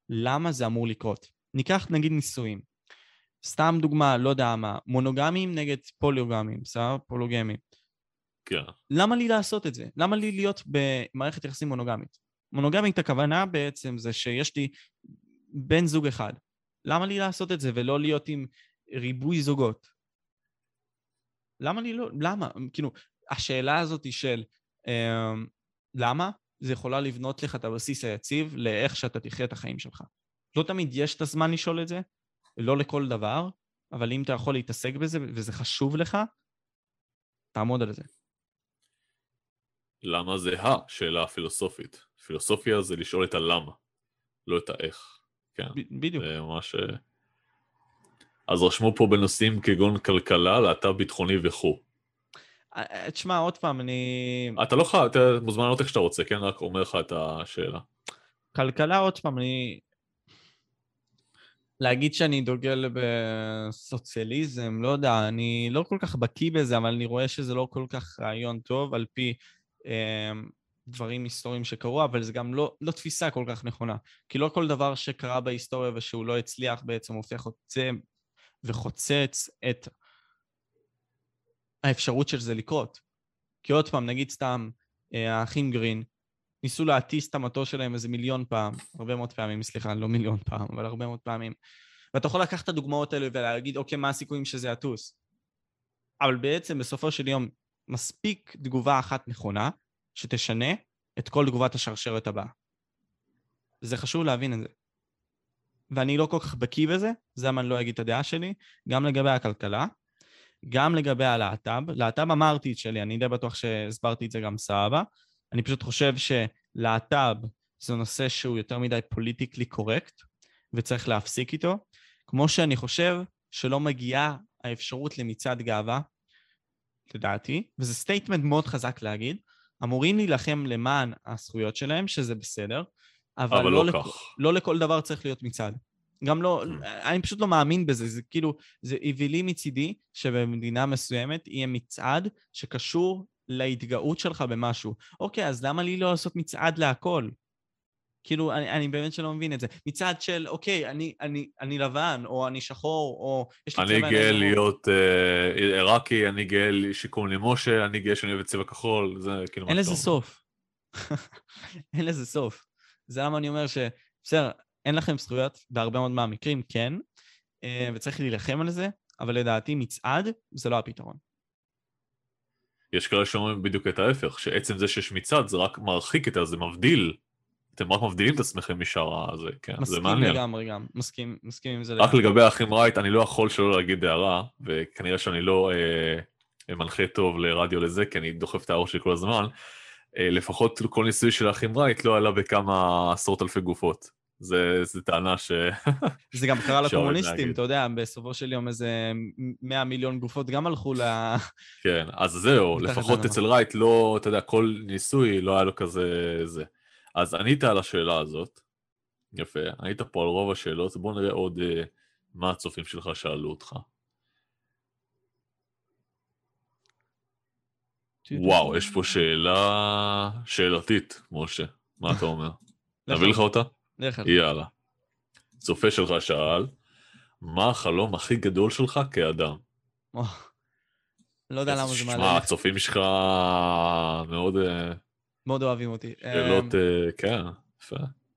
למה זה אמור לקרות. ניקח נגיד ניסויים. סתם דוגמה, לא יודע מה, מונוגמים נגד פוליוגמים, בסדר? פולוגמים. כן. למה לי לעשות את זה? למה לי להיות במערכת יחסים מונוגמית? מונוגמית הכוונה בעצם זה שיש לי בן זוג אחד. למה לי לעשות את זה ולא להיות עם ריבוי זוגות? למה לי לא? למה? כאילו, השאלה הזאת היא של אה, למה? זה יכולה לבנות לך את הבסיס היציב לאיך שאתה תחיה את החיים שלך. לא תמיד יש את הזמן לשאול את זה, לא לכל דבר, אבל אם אתה יכול להתעסק בזה וזה חשוב לך, תעמוד על זה. למה זה השאלה הפילוסופית? פילוסופיה זה לשאול את הלמה, לא את האיך. כן. ב- בדיוק. זה ממש... אז רשמו פה בנושאים כגון כלכלה, להט"ב ביטחוני וכו'. תשמע, עוד פעם, אני... אתה לא חייב, אתה מוזמן לענות איך שאתה רוצה, כן? רק אומר לך את השאלה. כלכלה, עוד פעם, אני... להגיד שאני דוגל בסוציאליזם, לא יודע, אני לא כל כך בקיא בזה, אבל אני רואה שזה לא כל כך רעיון טוב, על פי אה, דברים היסטוריים שקרו, אבל זה גם לא, לא תפיסה כל כך נכונה. כי לא כל דבר שקרה בהיסטוריה ושהוא לא הצליח בעצם הופך חוצה וחוצץ את האפשרות של זה לקרות. כי עוד פעם, נגיד סתם, אה, האחים גרין, ניסו להטיס את המטוס שלהם איזה מיליון פעם, הרבה מאוד פעמים, סליחה, לא מיליון פעם, אבל הרבה מאוד פעמים. ואתה יכול לקחת את הדוגמאות האלה ולהגיד, אוקיי, מה הסיכויים שזה יטוס? אבל בעצם בסופו של יום, מספיק תגובה אחת נכונה, שתשנה את כל תגובת השרשרת הבאה. זה חשוב להבין את זה. ואני לא כל כך בקיא בזה, זה למה אני לא אגיד את הדעה שלי, גם לגבי הכלכלה, גם לגבי הלהט"ב. להט"ב אמרתי את שלי, אני די בטוח שהסברתי את זה גם סבבה. אני פשוט חושב שלהט"ב זה נושא שהוא יותר מדי פוליטיקלי קורקט, וצריך להפסיק איתו. כמו שאני חושב שלא מגיעה האפשרות למצעד גאווה, לדעתי, וזה סטייטמנט מאוד חזק להגיד, אמורים להילחם למען הזכויות שלהם, שזה בסדר, אבל, אבל לא, לא, לכ... לא לכל דבר צריך להיות מצעד. גם לא, אני פשוט לא מאמין בזה, זה כאילו, זה איבילי מצידי שבמדינה מסוימת יהיה מצעד שקשור להתגאות שלך במשהו. אוקיי, אז למה לי לא לעשות מצעד להכל? כאילו, אני, אני באמת שלא מבין את זה. מצעד של, אוקיי, אני, אני, אני לבן, או אני שחור, או יש לי צבע... אני גאה להיות אה, עיראקי, אני גאה שקוראים לי משה, אני גאה שאני אוהב את צבע כחול, זה כאילו... אין לזה סוף. אין לזה סוף. זה למה אני אומר ש... בסדר, אין לכם זכויות, בהרבה מאוד מהמקרים כן, וצריך להילחם על זה, אבל לדעתי מצעד זה לא הפתרון. יש כאלה שאומרים בדיוק את ההפך, שעצם זה שיש מצעד זה רק מרחיק את זה, זה מבדיל. אתם רק מבדילים את עצמכם משאר הזה, כן, זה מעניין. מסכים לגמרי גם, מסכים, מסכים עם זה לגמרי. רק לגבי האחים רייט, אני לא יכול שלא להגיד הערה, וכנראה שאני לא אה, מנחה טוב לרדיו לזה, כי אני דוחף את האור שלי כל הזמן, אה, לפחות כל ניסוי של האחים רייט לא עלה בכמה עשרות אלפי גופות. זה, זה טענה ש... זה גם קרה לקומוניסטים, אתה יודע, בסופו של יום איזה מאה מיליון גופות גם הלכו ל... כן, אז זהו, לפחות אצל רייט לא, אתה יודע, כל ניסוי לא היה לו כזה זה. אז ענית על השאלה הזאת, יפה, ענית פה על רוב השאלות, בואו נראה עוד uh, מה הצופים שלך שאלו אותך. וואו, יש פה שאלה שאלתית, משה, מה אתה אומר? נביא לך אותה? יאללה. צופה שלך שאל, מה החלום הכי גדול שלך כאדם? לא יודע למה זה מעלה. שמע, הצופים שלך מאוד... מאוד אוהבים אותי. שאלות, כן, יפה.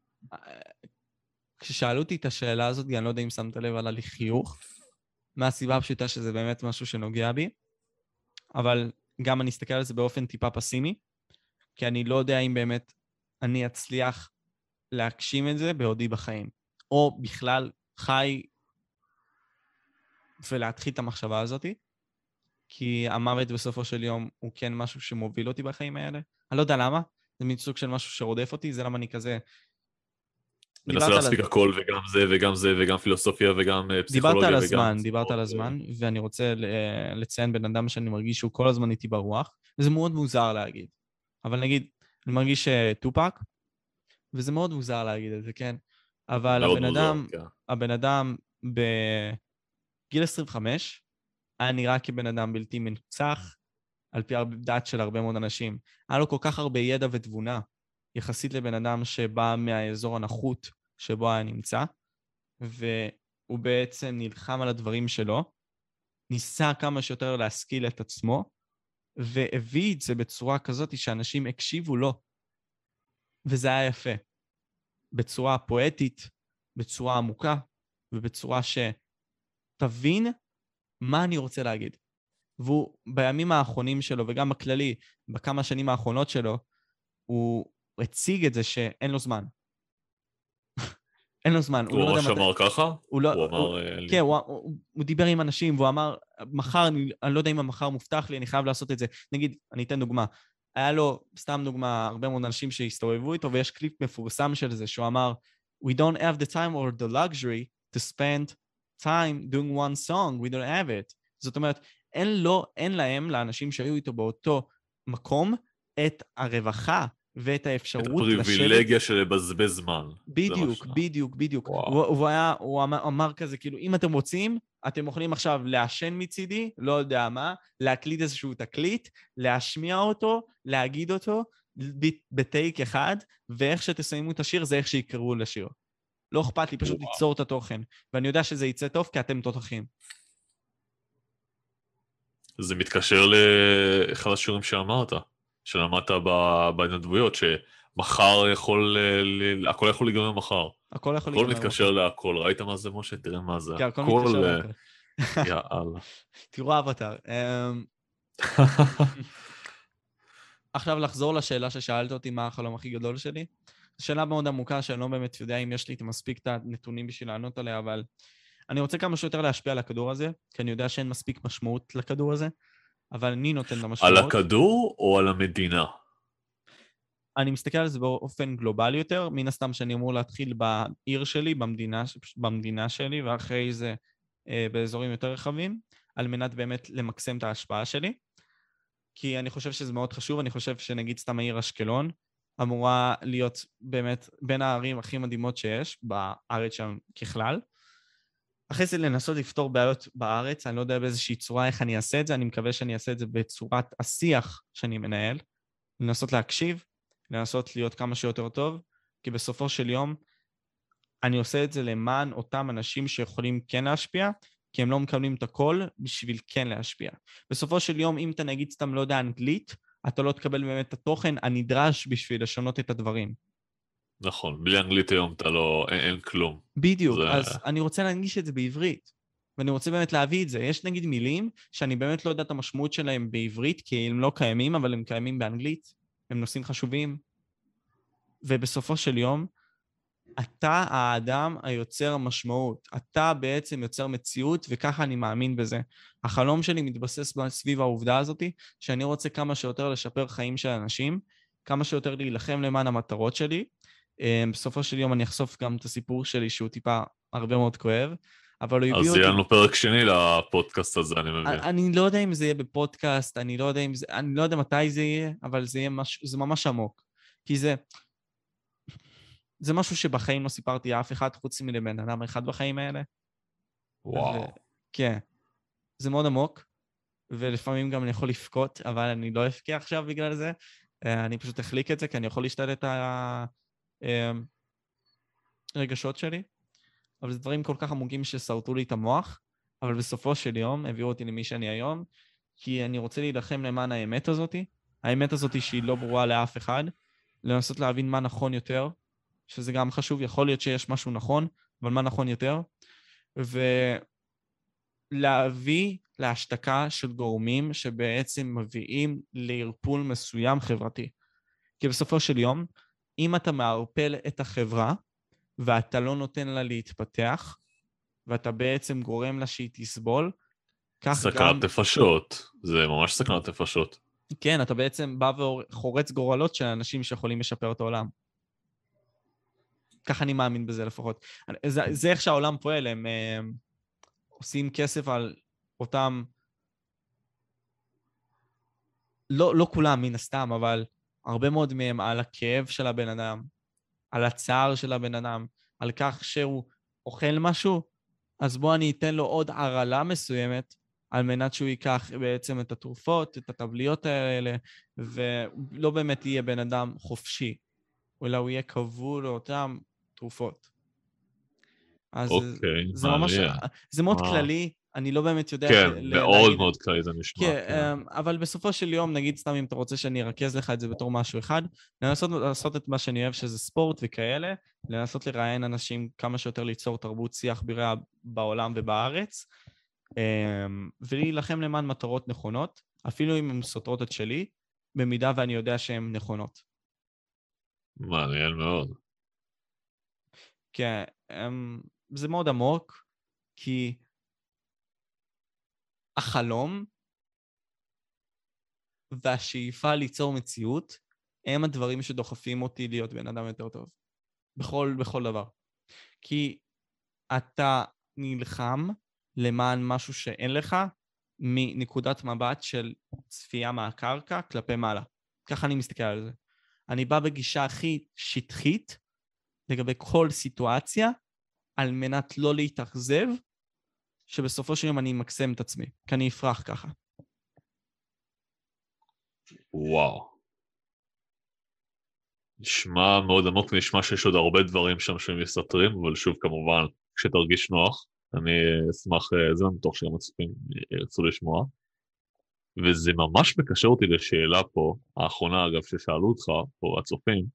כששאלו אותי את השאלה הזאת, אני לא יודע אם שמת לב על החיוך, מהסיבה הפשוטה שזה באמת משהו שנוגע בי, אבל גם אני אסתכל על זה באופן טיפה פסימי, כי אני לא יודע אם באמת אני אצליח להגשים את זה בעודי בחיים, או בכלל חי ולהתחיל את המחשבה הזאת, כי המוות בסופו של יום הוא כן משהו שמוביל אותי בחיים האלה. אני לא יודע למה, זה מין סוג של משהו שרודף אותי, זה למה אני כזה... מנסה להספיק הכל, וגם זה, וגם זה, וגם פילוסופיה, וגם פסיכולוגיה. דיברת על הזמן, דיברת על הזמן, ואני רוצה לציין בן אדם שאני מרגיש שהוא כל הזמן איתי ברוח, וזה מאוד מוזר להגיד. אבל נגיד, אני מרגיש טופק, וזה מאוד מוזר להגיד את זה, כן? אבל הבן אדם, הבן אדם בגיל עשרים וחמש, היה נראה כבן אדם בלתי מנוצח, על פי דעת של הרבה מאוד אנשים. היה לו כל כך הרבה ידע ותבונה, יחסית לבן אדם שבא מהאזור הנחות שבו היה נמצא, והוא בעצם נלחם על הדברים שלו, ניסה כמה שיותר להשכיל את עצמו, והביא את זה בצורה כזאת שאנשים הקשיבו לו, וזה היה יפה. בצורה פואטית, בצורה עמוקה, ובצורה שתבין מה אני רוצה להגיד. והוא בימים האחרונים שלו, וגם בכללי, בכמה שנים האחרונות שלו, הוא הציג את זה שאין לו זמן. אין לו זמן. הוא ממש אמר ככה? הוא אמר... כן, הוא דיבר עם אנשים, והוא אמר, מחר, אני לא יודע אם המחר מובטח לי, אני חייב לעשות את זה. נגיד, אני אתן דוגמה. היה לו, סתם דוגמה, הרבה מאוד אנשים שהסתובבו איתו, ויש קליפ מפורסם של זה, שהוא אמר, We don't have the time or the luxury to spend time doing one song, we don't have it. זאת אומרת, אין לו, אין להם, לאנשים שהיו איתו באותו מקום, את הרווחה ואת האפשרות לשבת. את הפריבילגיה של לבזבז זמן. בדיוק, בדיוק, בדיוק. הוא, הוא, היה, הוא אמר, אמר כזה, כאילו, אם אתם רוצים, אתם יכולים עכשיו לעשן מצידי, לא יודע מה, להקליט איזשהו תקליט, להשמיע אותו, להגיד אותו, בטייק אחד, ואיך שתסיימו את השיר, זה איך שיקראו לשיר. לא אכפת לי, פשוט ליצור את התוכן. ואני יודע שזה יצא טוב, כי אתם תותחים. זה מתקשר לאחד השירים שאמרת, שלמדת בהתנדבויות, שמחר יכול, הכל יכול להיגמר מחר. הכל יכול להיגמר מחר. הכל מתקשר להכל. ראית מה זה, משה? תראה מה זה. כן, הכל מתקשר להכל. יאללה. תראו אבטר. עכשיו לחזור לשאלה ששאלת אותי, מה החלום הכי גדול שלי? זו שאלה מאוד עמוקה, שאני לא באמת יודע אם יש לי מספיק את הנתונים בשביל לענות עליה, אבל אני רוצה כמה שיותר להשפיע על הכדור הזה, כי אני יודע שאין מספיק משמעות לכדור הזה, אבל אני נותן את המשמעות. על הכדור או על המדינה? אני מסתכל על זה באופן גלובלי יותר, מן הסתם שאני אמור להתחיל בעיר שלי, במדינה, במדינה שלי, ואחרי זה אה, באזורים יותר רחבים, על מנת באמת למקסם את ההשפעה שלי, כי אני חושב שזה מאוד חשוב, אני חושב שנגיד סתם העיר אשקלון, אמורה להיות באמת בין הערים הכי מדהימות שיש, בארץ שם ככלל. אחרי זה לנסות לפתור בעיות בארץ, אני לא יודע באיזושהי צורה איך אני אעשה את זה, אני מקווה שאני אעשה את זה בצורת השיח שאני מנהל, לנסות להקשיב, לנסות להיות כמה שיותר טוב, כי בסופו של יום אני עושה את זה למען אותם אנשים שיכולים כן להשפיע, כי הם לא מקבלים את הכל בשביל כן להשפיע. בסופו של יום, אם אתה נגיד סתם לא יודע אנגלית, אתה לא תקבל באמת את התוכן הנדרש בשביל לשנות את הדברים. נכון, בלי אנגלית היום אתה לא, אין, אין כלום. בדיוק, זה... אז אני רוצה להנגיש את זה בעברית, ואני רוצה באמת להביא את זה. יש נגיד מילים שאני באמת לא יודע את המשמעות שלהם בעברית, כי הם לא קיימים, אבל הם קיימים באנגלית, הם נושאים חשובים, ובסופו של יום, אתה האדם היוצר המשמעות, אתה בעצם יוצר מציאות, וככה אני מאמין בזה. החלום שלי מתבסס סביב העובדה הזאת, שאני רוצה כמה שיותר לשפר חיים של אנשים, כמה שיותר להילחם למען המטרות שלי. בסופו של יום אני אחשוף גם את הסיפור שלי, שהוא טיפה הרבה מאוד כואב, אבל הוא הביא אותי... אז יהיה לנו פרק שני לפודקאסט הזה, אני מבין. אני לא יודע אם זה יהיה בפודקאסט, אני לא יודע אם זה... אני לא יודע מתי זה יהיה, אבל זה יהיה מש... זה ממש עמוק. כי זה... זה משהו שבחיים לא סיפרתי לאף אחד, חוץ מלבן אדם אחד בחיים האלה. וואו. ו... כן. זה מאוד עמוק, ולפעמים גם אני יכול לפקוט, אבל אני לא אפקע עכשיו בגלל זה. אני פשוט אחליק את זה, כי אני יכול להשתלט את הרגשות שלי. אבל זה דברים כל כך עמוקים ששרטו לי את המוח, אבל בסופו של יום הביאו אותי למי שאני היום, כי אני רוצה להילחם למען האמת הזאת, האמת הזאת שהיא לא ברורה לאף אחד, לנסות להבין מה נכון יותר, שזה גם חשוב, יכול להיות שיש משהו נכון, אבל מה נכון יותר, ולהביא להשתקה של גורמים שבעצם מביאים לערפול מסוים חברתי. כי בסופו של יום, אם אתה מערפל את החברה, ואתה לא נותן לה להתפתח, ואתה בעצם גורם לה שהיא תסבול, כך סכנת גם... סכנת נפשות, זה ממש סכנת נפשות. כן, אתה בעצם בא וחורץ גורלות של אנשים שיכולים לשפר את העולם. כך אני מאמין בזה לפחות. זה, זה איך שהעולם פועל, הם, הם עושים כסף על אותם, לא, לא כולם מן הסתם, אבל הרבה מאוד מהם על הכאב של הבן אדם, על הצער של הבן אדם, על כך שהוא אוכל משהו, אז בוא אני אתן לו עוד ערלה מסוימת, על מנת שהוא ייקח בעצם את התרופות, את הטבליות האלה, ולא באמת יהיה בן אדם חופשי, אלא הוא יהיה כבול לאותם תרופות. אז אוקיי, זה ממש, מעניין. זה מאוד מה? כללי, אני לא באמת יודע כן, איך ל- מאוד להגיד... מאוד כללי זה נשמע, כן, כן. אבל בסופו של יום, נגיד סתם אם אתה רוצה שאני ארכז לך את זה בתור משהו אחד, לנסות לעשות את מה שאני אוהב, שזה ספורט וכאלה, לנסות לראיין אנשים כמה שיותר ליצור תרבות שיח בירה בעולם ובארץ, ולהילחם למען מטרות נכונות, אפילו אם הן סותרות את שלי, במידה ואני יודע שהן נכונות. מעניין מאוד. כן, זה מאוד עמוק, כי החלום והשאיפה ליצור מציאות הם הדברים שדוחפים אותי להיות בן אדם יותר טוב. בכל, בכל דבר. כי אתה נלחם למען משהו שאין לך מנקודת מבט של צפייה מהקרקע כלפי מעלה. ככה אני מסתכל על זה. אני בא בגישה הכי שטחית לגבי כל סיטואציה על מנת לא להתאכזב שבסופו של יום אני אמקסם את עצמי. כי אני אפרח ככה. וואו. נשמע מאוד עמוק, נשמע שיש עוד הרבה דברים שם שמסתתרים, אבל שוב כמובן, כשתרגיש נוח, אני אשמח, זה מתוך שהם הצופים ירצו לשמוע. וזה ממש מקשר אותי לשאלה פה, האחרונה אגב ששאלו אותך, פה הצופים,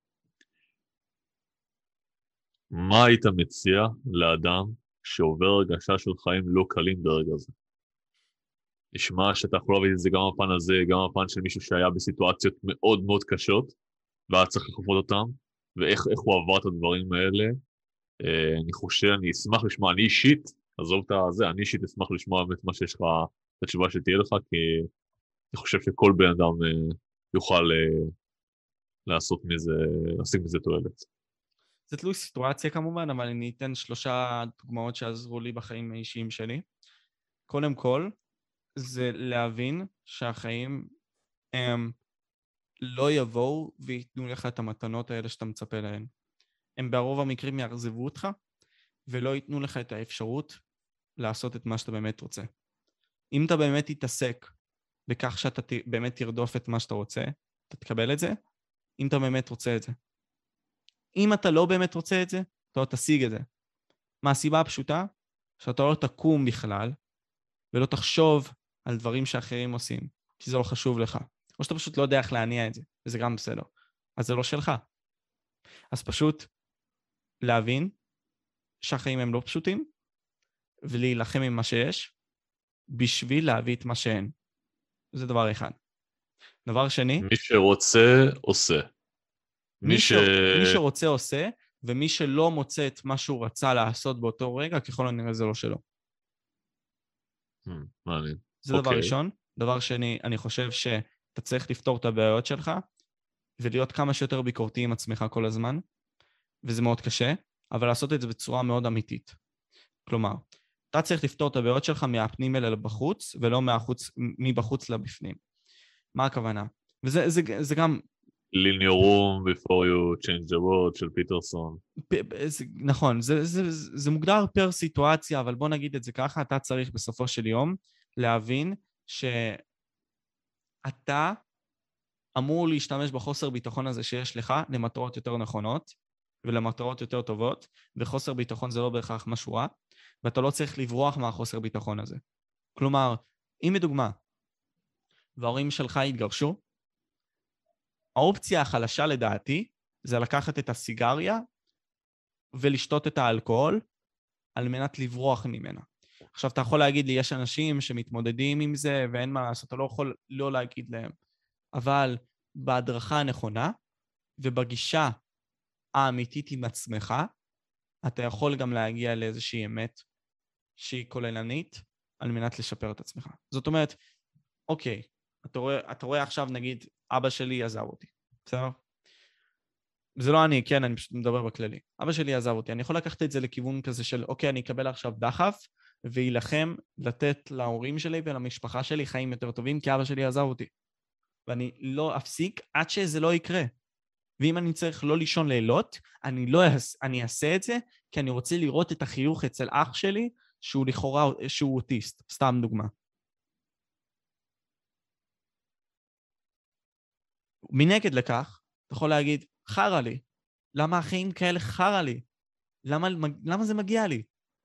מה היית מציע לאדם שעובר הרגשה של חיים לא קלים ברגע זה? נשמע שאתה יכול להביא את זה גם הפן הזה, גם הפן של מישהו שהיה בסיטואציות מאוד מאוד קשות, והיה צריך לחוות אותם, ואיך הוא עבר את הדברים האלה. אני חושב, אני אשמח לשמוע, אני אישית, עזוב את זה, אני אישית אשמח לשמוע באמת מה שיש לך, את התשובה שתהיה לך, כי אני חושב שכל בן אדם יוכל לעשות מזה, להשיג מזה תועלת. זה תלוי סיטואציה כמובן, אבל אני אתן שלושה דוגמאות שעזרו לי בחיים האישיים שלי. קודם כל, זה להבין שהחיים הם לא יבואו ויתנו לך את המתנות האלה שאתה מצפה להן. הם ברוב המקרים יעזבו אותך, ולא ייתנו לך את האפשרות לעשות את מה שאתה באמת רוצה. אם אתה באמת תתעסק בכך שאתה באמת תרדוף את מה שאתה רוצה, אתה תקבל את זה, אם אתה באמת רוצה את זה. אם אתה לא באמת רוצה את זה, אתה לא תשיג את זה. מהסיבה הפשוטה, שאתה לא תקום בכלל, ולא תחשוב על דברים שאחרים עושים, כי זה לא חשוב לך. או שאתה פשוט לא יודע איך להניע את זה, וזה גם בסדר. אז זה לא שלך. אז פשוט להבין שהחיים הם לא פשוטים, ולהילחם עם מה שיש, בשביל להביא את מה שאין. זה דבר אחד. דבר שני, מי שרוצה, עושה. מי, מי, ש... מי שרוצה, עושה, ומי שלא מוצא את מה שהוא רצה לעשות באותו רגע, ככל הנראה זה לא שלו. Hmm, מעניין. זה דבר ראשון. דבר שני, אני חושב שאתה צריך לפתור את הבעיות שלך, ולהיות כמה שיותר ביקורתי עם עצמך כל הזמן, וזה מאוד קשה, אבל לעשות את זה בצורה מאוד אמיתית. כלומר, אתה צריך לפתור את הבעיות שלך מהפנים אלה לבחוץ, ולא מהחוץ, מבחוץ לבפנים. מה הכוונה? וזה זה, זה גם... Clean your room before you change the world של פיטרסון. זה, נכון, זה, זה, זה, זה מוגדר פר סיטואציה, אבל בוא נגיד את זה ככה, אתה צריך בסופו של יום להבין שאתה אמור להשתמש בחוסר ביטחון הזה שיש לך למטרות יותר נכונות, ולמטרות יותר טובות, וחוסר ביטחון זה לא בהכרח משהו רע, ואתה לא צריך לברוח מהחוסר ביטחון הזה. כלומר, אם מדוגמה, וההורים שלך התגרשו, האופציה החלשה לדעתי, זה לקחת את הסיגריה, ולשתות את האלכוהול, על מנת לברוח ממנה. עכשיו, אתה יכול להגיד לי, יש אנשים שמתמודדים עם זה, ואין מה לעשות, אתה לא יכול לא להגיד להם. אבל בהדרכה הנכונה, ובגישה האמיתית עם עצמך, אתה יכול גם להגיע לאיזושהי אמת שהיא כוללנית, על מנת לשפר את עצמך. זאת אומרת, אוקיי, אתה רואה, אתה רואה עכשיו, נגיד, אבא שלי עזב אותי, בסדר? זה לא אני, כן, אני פשוט מדבר בכללי. אבא שלי עזב אותי, אני יכול לקחת את זה לכיוון כזה של, אוקיי, אני אקבל עכשיו דחף, וילחם לתת להורים שלי ולמשפחה שלי חיים יותר טובים, כי אבא שלי עזב אותי. ואני לא אפסיק עד שזה לא יקרה. ואם אני צריך לא לישון לילות, אני לא אני אעשה את זה, כי אני רוצה לראות את החיוך אצל אח שלי, שהוא לכאורה, שהוא אוטיסט, סתם דוגמה. מנגד לכך, אתה יכול להגיד, חרה לי. למה החיים כאלה חרה לי? למה, למה זה מגיע לי?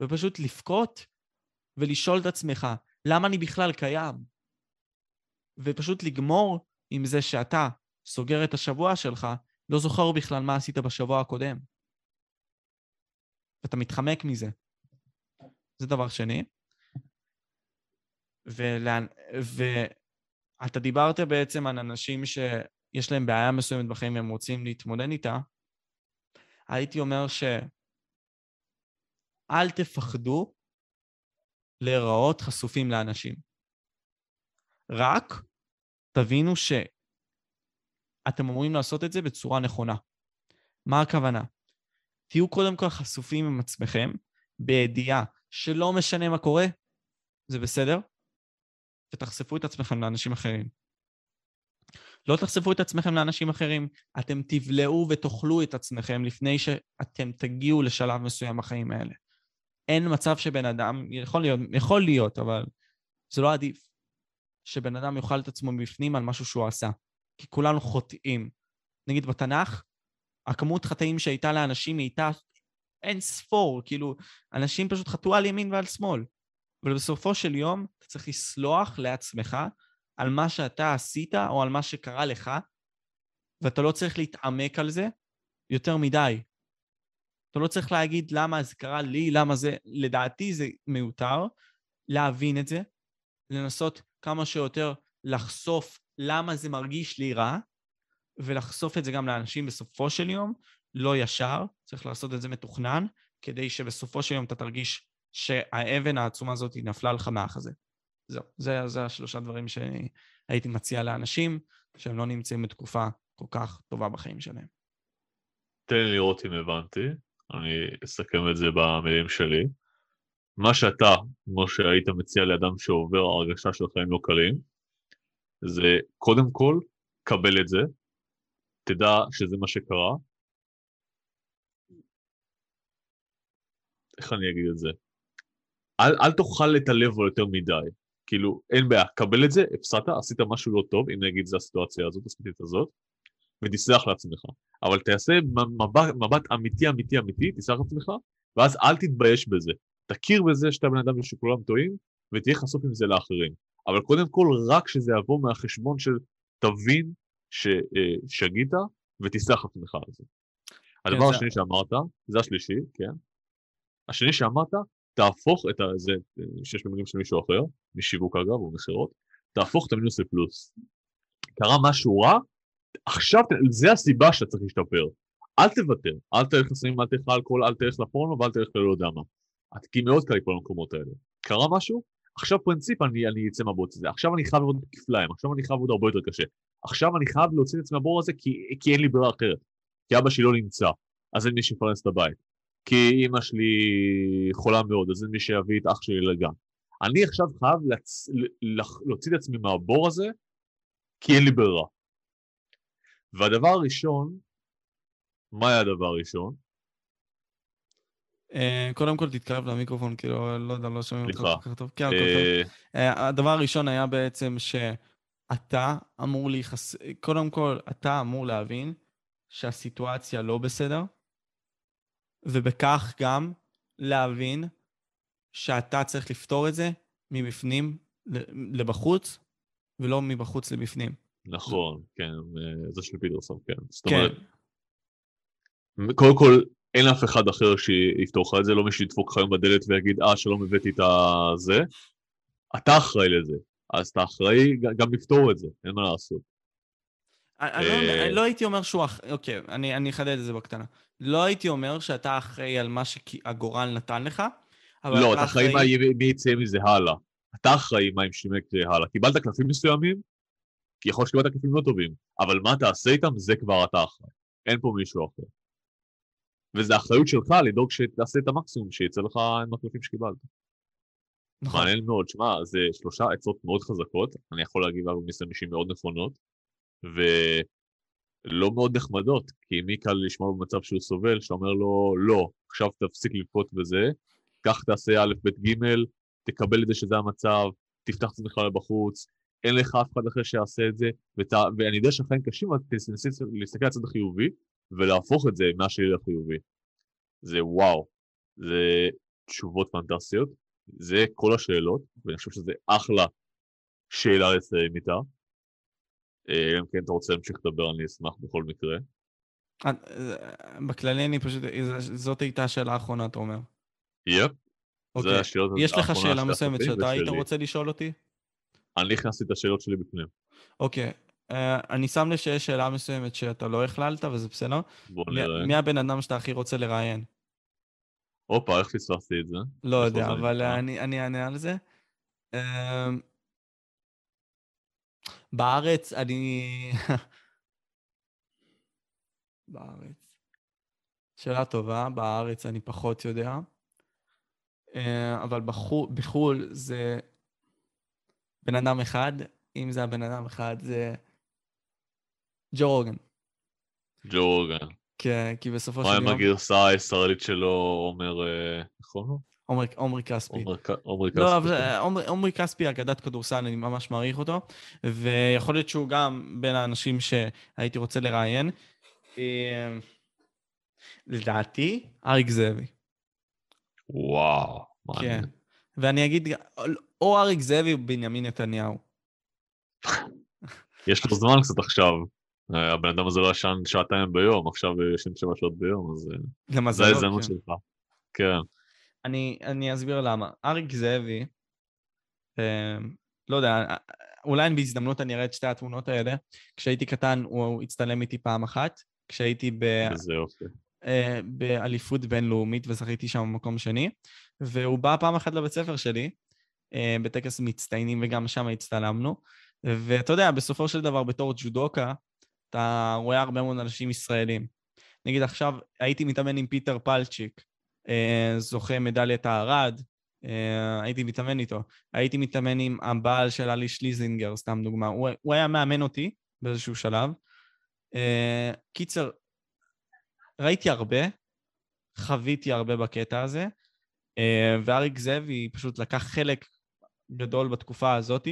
ופשוט לפקוט ולשאול את עצמך, למה אני בכלל קיים? ופשוט לגמור עם זה שאתה סוגר את השבוע שלך, לא זוכר בכלל מה עשית בשבוע הקודם. ואתה מתחמק מזה. זה דבר שני. ולאן, ואתה דיברת בעצם על אנשים שיש להם בעיה מסוימת בחיים והם רוצים להתמודד איתה. הייתי אומר שאל תפחדו להיראות חשופים לאנשים. רק תבינו שאתם אמורים לעשות את זה בצורה נכונה. מה הכוונה? תהיו קודם כל חשופים עם עצמכם, בידיעה שלא משנה מה קורה, זה בסדר, ותחשפו את עצמכם לאנשים אחרים. לא תחשפו את עצמכם לאנשים אחרים, אתם תבלעו ותאכלו את עצמכם לפני שאתם תגיעו לשלב מסוים בחיים האלה. אין מצב שבן אדם, יכול להיות, יכול להיות, אבל זה לא עדיף, שבן אדם יאכל את עצמו בפנים על משהו שהוא עשה. כי כולנו חוטאים. נגיד בתנ"ך, הכמות חטאים שהייתה לאנשים הייתה אין ספור, כאילו, אנשים פשוט חטאו על ימין ועל שמאל. אבל בסופו של יום, אתה צריך לסלוח לעצמך על מה שאתה עשית או על מה שקרה לך, ואתה לא צריך להתעמק על זה יותר מדי. אתה לא צריך להגיד למה זה קרה לי, למה זה, לדעתי זה מיותר, להבין את זה, לנסות כמה שיותר לחשוף למה זה מרגיש לי רע, ולחשוף את זה גם לאנשים בסופו של יום, לא ישר, צריך לעשות את זה מתוכנן, כדי שבסופו של יום אתה תרגיש שהאבן העצומה הזאת נפלה לך מהחזה. זהו, זה, זה השלושה דברים שהייתי מציע לאנשים, שהם לא נמצאים בתקופה כל כך טובה בחיים שלהם. תן לי לראות אם הבנתי, אני אסכם את זה במילים שלי. מה שאתה, כמו שהיית מציע לאדם שעובר הרגשה של חיים לא קלים, זה קודם כל, קבל את זה, תדע שזה מה שקרה. איך אני אגיד את זה? אל, אל תאכל את הלב או יותר מדי. כאילו, אין בעיה, קבל את זה, הפסדת, עשית משהו לא טוב, אם נגיד זה הסיטואציה הזאת, הספציפית הזאת, ותסלח לעצמך. אבל תעשה מבט, מבט אמיתי, אמיתי, אמיתי, תסלח לעצמך, ואז אל תתבייש בזה. תכיר בזה שאתה בן אדם ושכולם טועים, ותהיה חשוף עם זה לאחרים. אבל קודם כל, רק שזה יבוא מהחשבון של תבין ששגית, ותסלח לעצמך על זה. הדבר השני שאמרת, זה השלישי, כן? השני שאמרת, תהפוך את זה, שיש במילים של מישהו אחר, משיווק אגב, או מחירות, תהפוך את המינוס לפלוס. קרה משהו רע, עכשיו, זה הסיבה שאתה צריך להשתפר. אל תוותר, אל תלך לסמים, אל תלך לאלכוהול, אל תלך לפורנו, ואל תלך ללא יודע מה. כי מאוד קל לכל המקומות האלה. קרה משהו, עכשיו פרינציפ אני, אני אצא מהבוץ הזה. עכשיו אני חייב לעבוד כפליים, עכשיו אני חייב לעבוד הרבה יותר קשה. עכשיו אני חייב להוציא את עצמי מהבור הזה, כי, כי אין לי ברירה אחרת. כי אבא שלי לא נמצא, אז אין מי שיפרנס את הבית. כי אמא שלי חולה מאוד, אז אין מי שיביא את אח שלי לגן. אני עכשיו חייב לצ... להוציא את עצמי מהבור הזה, כי אין לי ברירה. והדבר הראשון, מה היה הדבר הראשון? קודם כל תתקרב למיקרופון, כאילו, לא יודע, לא שומעים אותך כל כך טוב. כן, כל טוב. הדבר הראשון היה בעצם שאתה אמור להיחס... קודם כל, אתה אמור להבין שהסיטואציה לא בסדר, ובכך גם להבין שאתה צריך לפתור את זה מבפנים לבחוץ, ולא מבחוץ לבפנים. נכון, כן, זה של פיטרסון, כן. זאת אומרת, קודם כל, אין אף אחד אחר שיפתור לך את זה, לא מי שידפוק לך היום בדלת ויגיד, אה, שלום הבאתי את זה. אתה אחראי לזה, אז אתה אחראי גם לפתור את זה, אין מה לעשות. אני לא הייתי אומר שהוא, אוקיי, אני אחדד את זה בקטנה. לא הייתי אומר שאתה אחראי על מה שהגורל נתן לך, לא, אתה אחראי מי יצא מזה הלאה. אתה אחראי מה עם שימק הלאה. קיבלת קלפים מסוימים, כי יכול שקיבלת קלפים לא טובים, אבל מה אתה עשה איתם, זה כבר אתה אחראי. אין פה מישהו אחר. וזה האחריות שלך לדאוג שתעשה את המקסימום שיצא לך עם הקלפים שקיבלת. מעניין מאוד, שמה, זה שלושה עצות מאוד חזקות, אני יכול להגיד עליו מסתמשים מאוד נכונות, ולא מאוד נחמדות, כי מי קל לשמוע במצב שהוא סובל, שאומר לו, לא, עכשיו תפסיק לבכות בזה, כך תעשה א' ב' ג', תקבל את זה שזה המצב, תפתח את עצמך לבחוץ, אין לך אף אחד אחר שיעשה את זה, ות... ואני יודע שהחיים קשים, אבל תנסי להסתכל על הצד החיובי, ולהפוך את זה מהשלילי לחיובי. זה וואו. זה תשובות פנטסטיות, זה כל השאלות, ואני חושב שזה אחלה שאלה לסיים איתה. אם כן אתה רוצה להמשיך לדבר, אני אשמח בכל מקרה. בכללי אני פשוט, זאת הייתה השאלה האחרונה, אתה אומר. יפ. זה השאלות האחרונה. יש לך שאלה מסוימת שאתה היית רוצה לשאול אותי? אני הכנסתי את השאלות שלי בפנים. אוקיי. אני שם לב שיש שאלה מסוימת שאתה לא הכללת, וזה בסדר. בוא נראה. מי הבן אדם שאתה הכי רוצה לראיין? הופה, איך פספסתי את זה? לא יודע, אבל אני אענה על זה. בארץ, אני... בארץ. שאלה טובה, בארץ אני פחות יודע. אבל בחול זה בן אדם אחד, אם זה הבן אדם אחד, זה ג'ו רוגן. ג'ו רוגן. כן, כי בסופו של מה יום... עם הגרסה הישראלית שלו, עומר, נכון? עומרי כספי. עומרי כספי. לא, עומרי כספי, אגדת כדורסל, אני ממש מעריך אותו, ויכול להיות שהוא גם בין האנשים שהייתי רוצה לראיין. לדעתי, אריק זאבי. וואו, מעניין. ואני אגיד, או אריק זאבי או בנימין נתניהו. יש לו זמן קצת עכשיו. הבן אדם הזה לא ישן שעתיים ביום, עכשיו ישן שבע שעות ביום, אז זה ההזדמנות שלך. כן. אני, אני אסביר למה. אריק זאבי, אה, לא יודע, אולי בהזדמנות אני אראה את שתי התמונות האלה. כשהייתי קטן הוא הצטלם איתי פעם אחת, כשהייתי ב... זה יופי. אה, באליפות בינלאומית וזכיתי שם במקום שני, והוא בא פעם אחת לבית ספר שלי, אה, בטקס מצטיינים וגם שם הצטלמנו, ואתה יודע, בסופו של דבר בתור ג'ודוקה, אתה רואה הרבה מאוד אנשים ישראלים. נגיד עכשיו, הייתי מתאמן עם פיטר פלצ'יק, זוכה מדליית הארד, הייתי מתאמן איתו. הייתי מתאמן עם הבעל של אלי שליזינגר, סתם דוגמה. הוא, הוא היה מאמן אותי באיזשהו שלב. קיצר, ראיתי הרבה, חוויתי הרבה בקטע הזה, ואריק זאבי פשוט לקח חלק גדול בתקופה הזאת,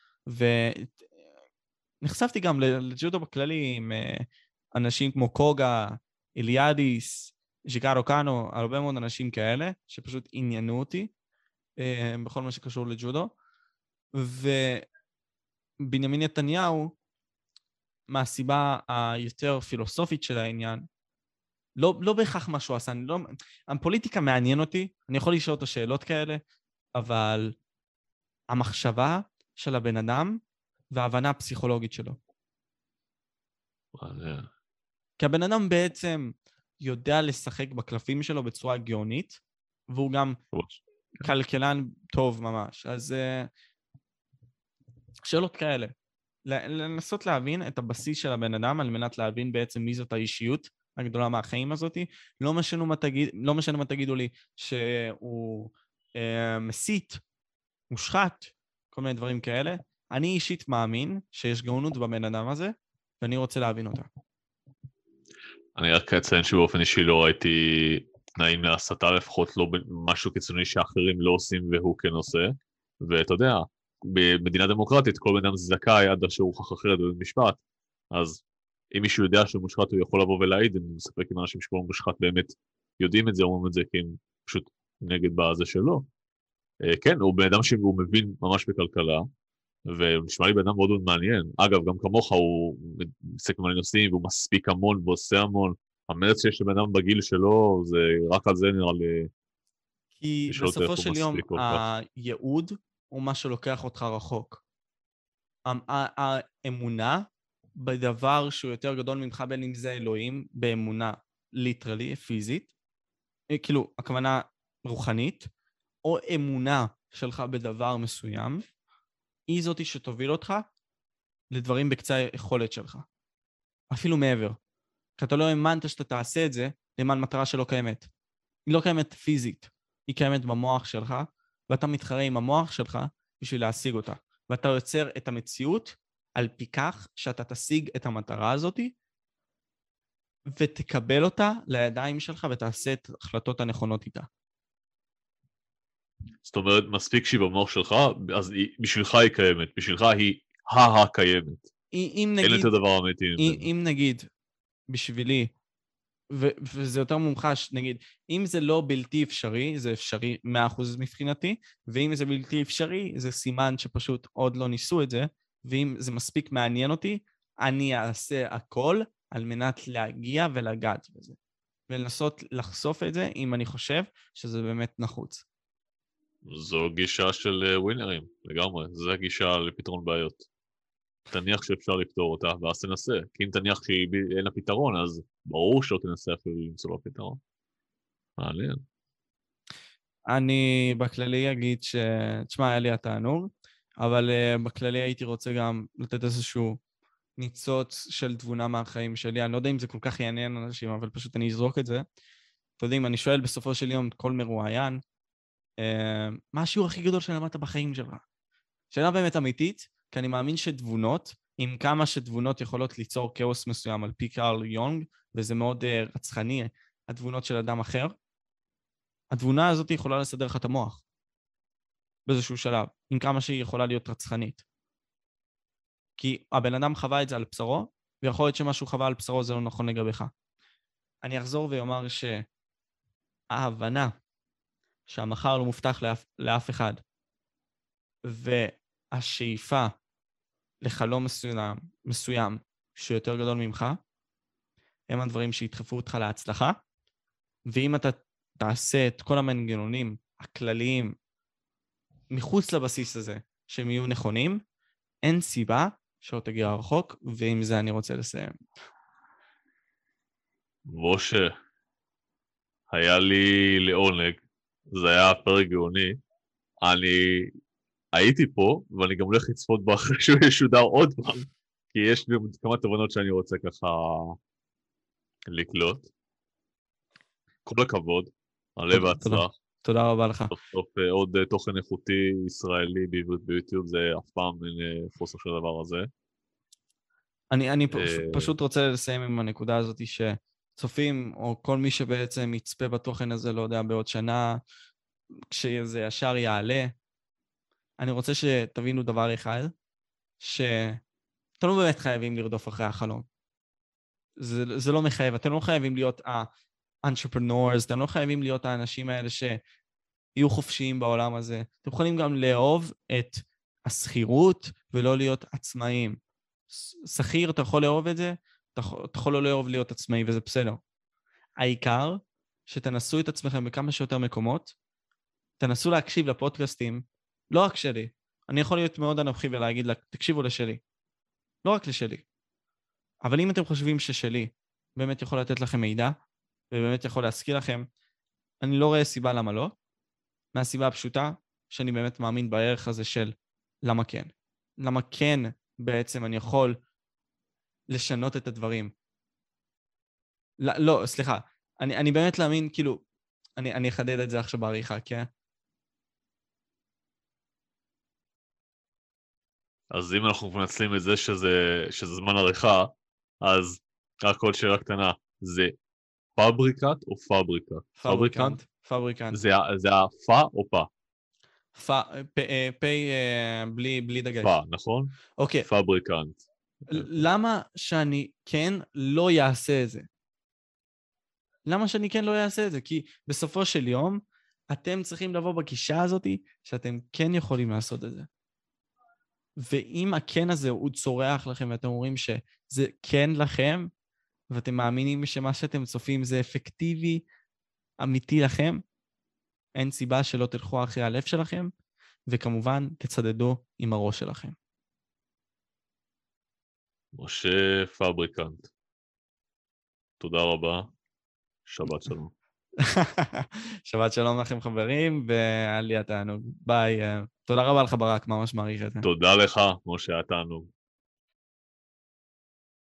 ונחשפתי גם לג'ודו בכללי עם אנשים כמו קוגה, איליאדיס, ז'יקארו קאנו, הרבה מאוד אנשים כאלה, שפשוט עניינו אותי בכל מה שקשור לג'ודו, ובנימין נתניהו, מהסיבה היותר פילוסופית של העניין, לא, לא בהכרח מה שהוא עשה, אני לא, הפוליטיקה מעניין אותי, אני יכול לשאול אותו שאלות כאלה, אבל המחשבה של הבן אדם וההבנה הפסיכולוגית שלו. כי הבן אדם בעצם יודע לשחק בקלפים שלו בצורה גאונית, והוא גם כלכלן טוב ממש. אז שאלות כאלה. לנסות להבין את הבסיס של הבן אדם, על מנת להבין בעצם מי זאת האישיות הגדולה מהחיים הזאת. לא משנה מה, תגיד, לא משנה מה תגידו לי שהוא אה, מסית, מושחת, כל מיני דברים כאלה. אני אישית מאמין שיש גאונות בבן אדם הזה, ואני רוצה להבין אותה. אני רק אציין שבאופן אישי לא ראיתי תנאים להסתה, לפחות לא משהו קיצוני שאחרים לא עושים והוא כן עושה. ואתה יודע, במדינה דמוקרטית כל בן אדם זכאי עד אשר הוכח אחרת בבית משפט, אז אם מישהו יודע שהוא מושחת הוא יכול לבוא ולהעיד, אני מספק עם אנשים שכמו מושחת באמת יודעים את זה, אומרים את זה כי הם פשוט נגד בזה שלו. כן, הוא בן אדם שהוא מבין ממש בכלכלה, ונשמע לי בן אדם מאוד מאוד מעניין. אגב, גם כמוך הוא מסתכל על נושאים, והוא מספיק המון ועושה המון. המרץ שיש לבן אדם בגיל שלו, זה רק על זה נראה לי... כי בסופו של יום, הייעוד הוא מה שלוקח אותך רחוק. האמונה בדבר שהוא יותר גדול ממך, בין אם זה אלוהים, באמונה ליטרלי, פיזית, כאילו, הכוונה רוחנית, או אמונה שלך בדבר מסוים, היא זאתי שתוביל אותך לדברים בקצה היכולת שלך. אפילו מעבר. כי אתה לא האמנת שאתה תעשה את זה למען מטרה שלא קיימת. היא לא קיימת פיזית. היא קיימת במוח שלך, ואתה מתחרה עם המוח שלך בשביל להשיג אותה. ואתה יוצר את המציאות על פי כך שאתה תשיג את המטרה הזאת, ותקבל אותה לידיים שלך ותעשה את ההחלטות הנכונות איתה. זאת אומרת, מספיק שהיא במוח שלך, אז בשבילך היא קיימת, בשבילך היא ה-ה-קיימת. אם נגיד, אין את הדבר האמיתי. אם, אם נגיד, בשבילי, ו- וזה יותר מומחש, נגיד, אם זה לא בלתי אפשרי, זה אפשרי מאה אחוז מבחינתי, ואם זה בלתי אפשרי, זה סימן שפשוט עוד לא ניסו את זה, ואם זה מספיק מעניין אותי, אני אעשה הכל על מנת להגיע ולגעת בזה, ולנסות לחשוף את זה, אם אני חושב שזה באמת נחוץ. זו גישה של ווינרים, לגמרי. זו הגישה לפתרון בעיות. תניח שאפשר לפתור אותה, ואז תנסה. כי אם תניח שאין לה פתרון, אז ברור שלא תנסה אפילו למצוא לה פתרון. מעניין. אני בכללי אגיד ש... תשמע, היה לי התענוג, אבל uh, בכללי הייתי רוצה גם לתת איזשהו ניצוץ של תבונה מהחיים שלי. אני לא יודע אם זה כל כך יעניין אנשים, אבל פשוט אני אזרוק את זה. אתם יודעים, אני שואל בסופו של יום כל מרואיין, uh, מה השיעור הכי גדול שלמדת בחיים שלך? שאלה באמת אמיתית, כי אני מאמין שתבונות, עם כמה שתבונות יכולות ליצור כאוס מסוים על פי קארל יונג, וזה מאוד uh, רצחני, התבונות של אדם אחר, התבונה הזאת יכולה לסדר לך את המוח באיזשהו שלב, עם כמה שהיא יכולה להיות רצחנית. כי הבן אדם חווה את זה על בשרו, ויכול להיות שמשהו חווה על בשרו זה לא נכון לגביך. אני אחזור ואומר שההבנה שהמחר לא מובטח לאף, לאף אחד, והשאיפה לחלום מסוים, מסוים שיותר גדול ממך, הם הדברים שידחפו אותך להצלחה, ואם אתה תעשה את כל המנגנונים הכלליים מחוץ לבסיס הזה, שהם יהיו נכונים, אין סיבה שלא תגיע רחוק, ועם זה אני רוצה לסיים. משה, היה לי לעונג, זה היה פרק גאוני, אני הייתי פה, ואני גם הולך לצפות בו אחרי שהוא ישודר עוד פעם, כי יש לי כמה תובנות שאני רוצה ככה לקלוט. כל הכבוד, עלה והצלח. תודה רבה לך. סוף סוף עוד תוכן איכותי ישראלי בעברית ביוטיוב, זה אף פעם אין חוסר של הדבר הזה. אני, אני פשוט רוצה לסיים עם הנקודה הזאת שצופים, או כל מי שבעצם יצפה בתוכן הזה, לא יודע, בעוד שנה, כשזה ישר יעלה, אני רוצה שתבינו דבר אחד, שאתם לא באמת חייבים לרדוף אחרי החלום. זה, זה לא מחייב, אתם לא חייבים להיות ה-entrepreneurs, אתם לא חייבים להיות האנשים האלה שיהיו חופשיים בעולם הזה. אתם יכולים גם לאהוב את הסחירות ולא להיות עצמאים. שכיר, אתה יכול לאהוב את זה, אתה יכול לא לאהוב להיות עצמאי, וזה בסדר. העיקר, שתנסו את עצמכם בכמה שיותר מקומות, תנסו להקשיב לפודקאסטים, לא רק שלי. אני יכול להיות מאוד אנוכי ולהגיד, תקשיבו לשלי. לא רק לשלי. אבל אם אתם חושבים ששלי באמת יכול לתת לכם מידע, ובאמת יכול להזכיר לכם, אני לא רואה סיבה למה לא, מהסיבה הפשוטה, שאני באמת מאמין בערך הזה של למה כן. למה כן בעצם אני יכול לשנות את הדברים. לא, לא סליחה, אני, אני באמת להאמין, כאילו, אני, אני אחדד את זה עכשיו בעריכה, כן? אז אם אנחנו מנצלים את זה שזה, שזה זמן עריכה, אז רק עוד שאלה קטנה, זה פבריקט או פבריקה? פבריקנט. פבריקנט. זה, זה הפא או פא? פא, פא, פא, בלי, בלי דגש. פא, נכון? אוקיי. פבריקנט. למה שאני כן לא יעשה את זה? למה שאני כן לא יעשה את זה? כי בסופו של יום, אתם צריכים לבוא בגישה הזאת, שאתם כן יכולים לעשות את זה. ואם הכן הזה הוא צורח לכם, ואתם אומרים שזה כן לכם, ואתם מאמינים שמה שאתם צופים זה אפקטיבי, אמיתי לכם, אין סיבה שלא תלכו אחרי הלב שלכם, וכמובן תצדדו עם הראש שלכם. משה פבריקנט. תודה רבה. שבת שלום. שבת שלום לכם חברים, והיה לי התענוג. ביי. תודה רבה לך ברק, ממש מעריך את זה. תודה לך, משה, התענוג.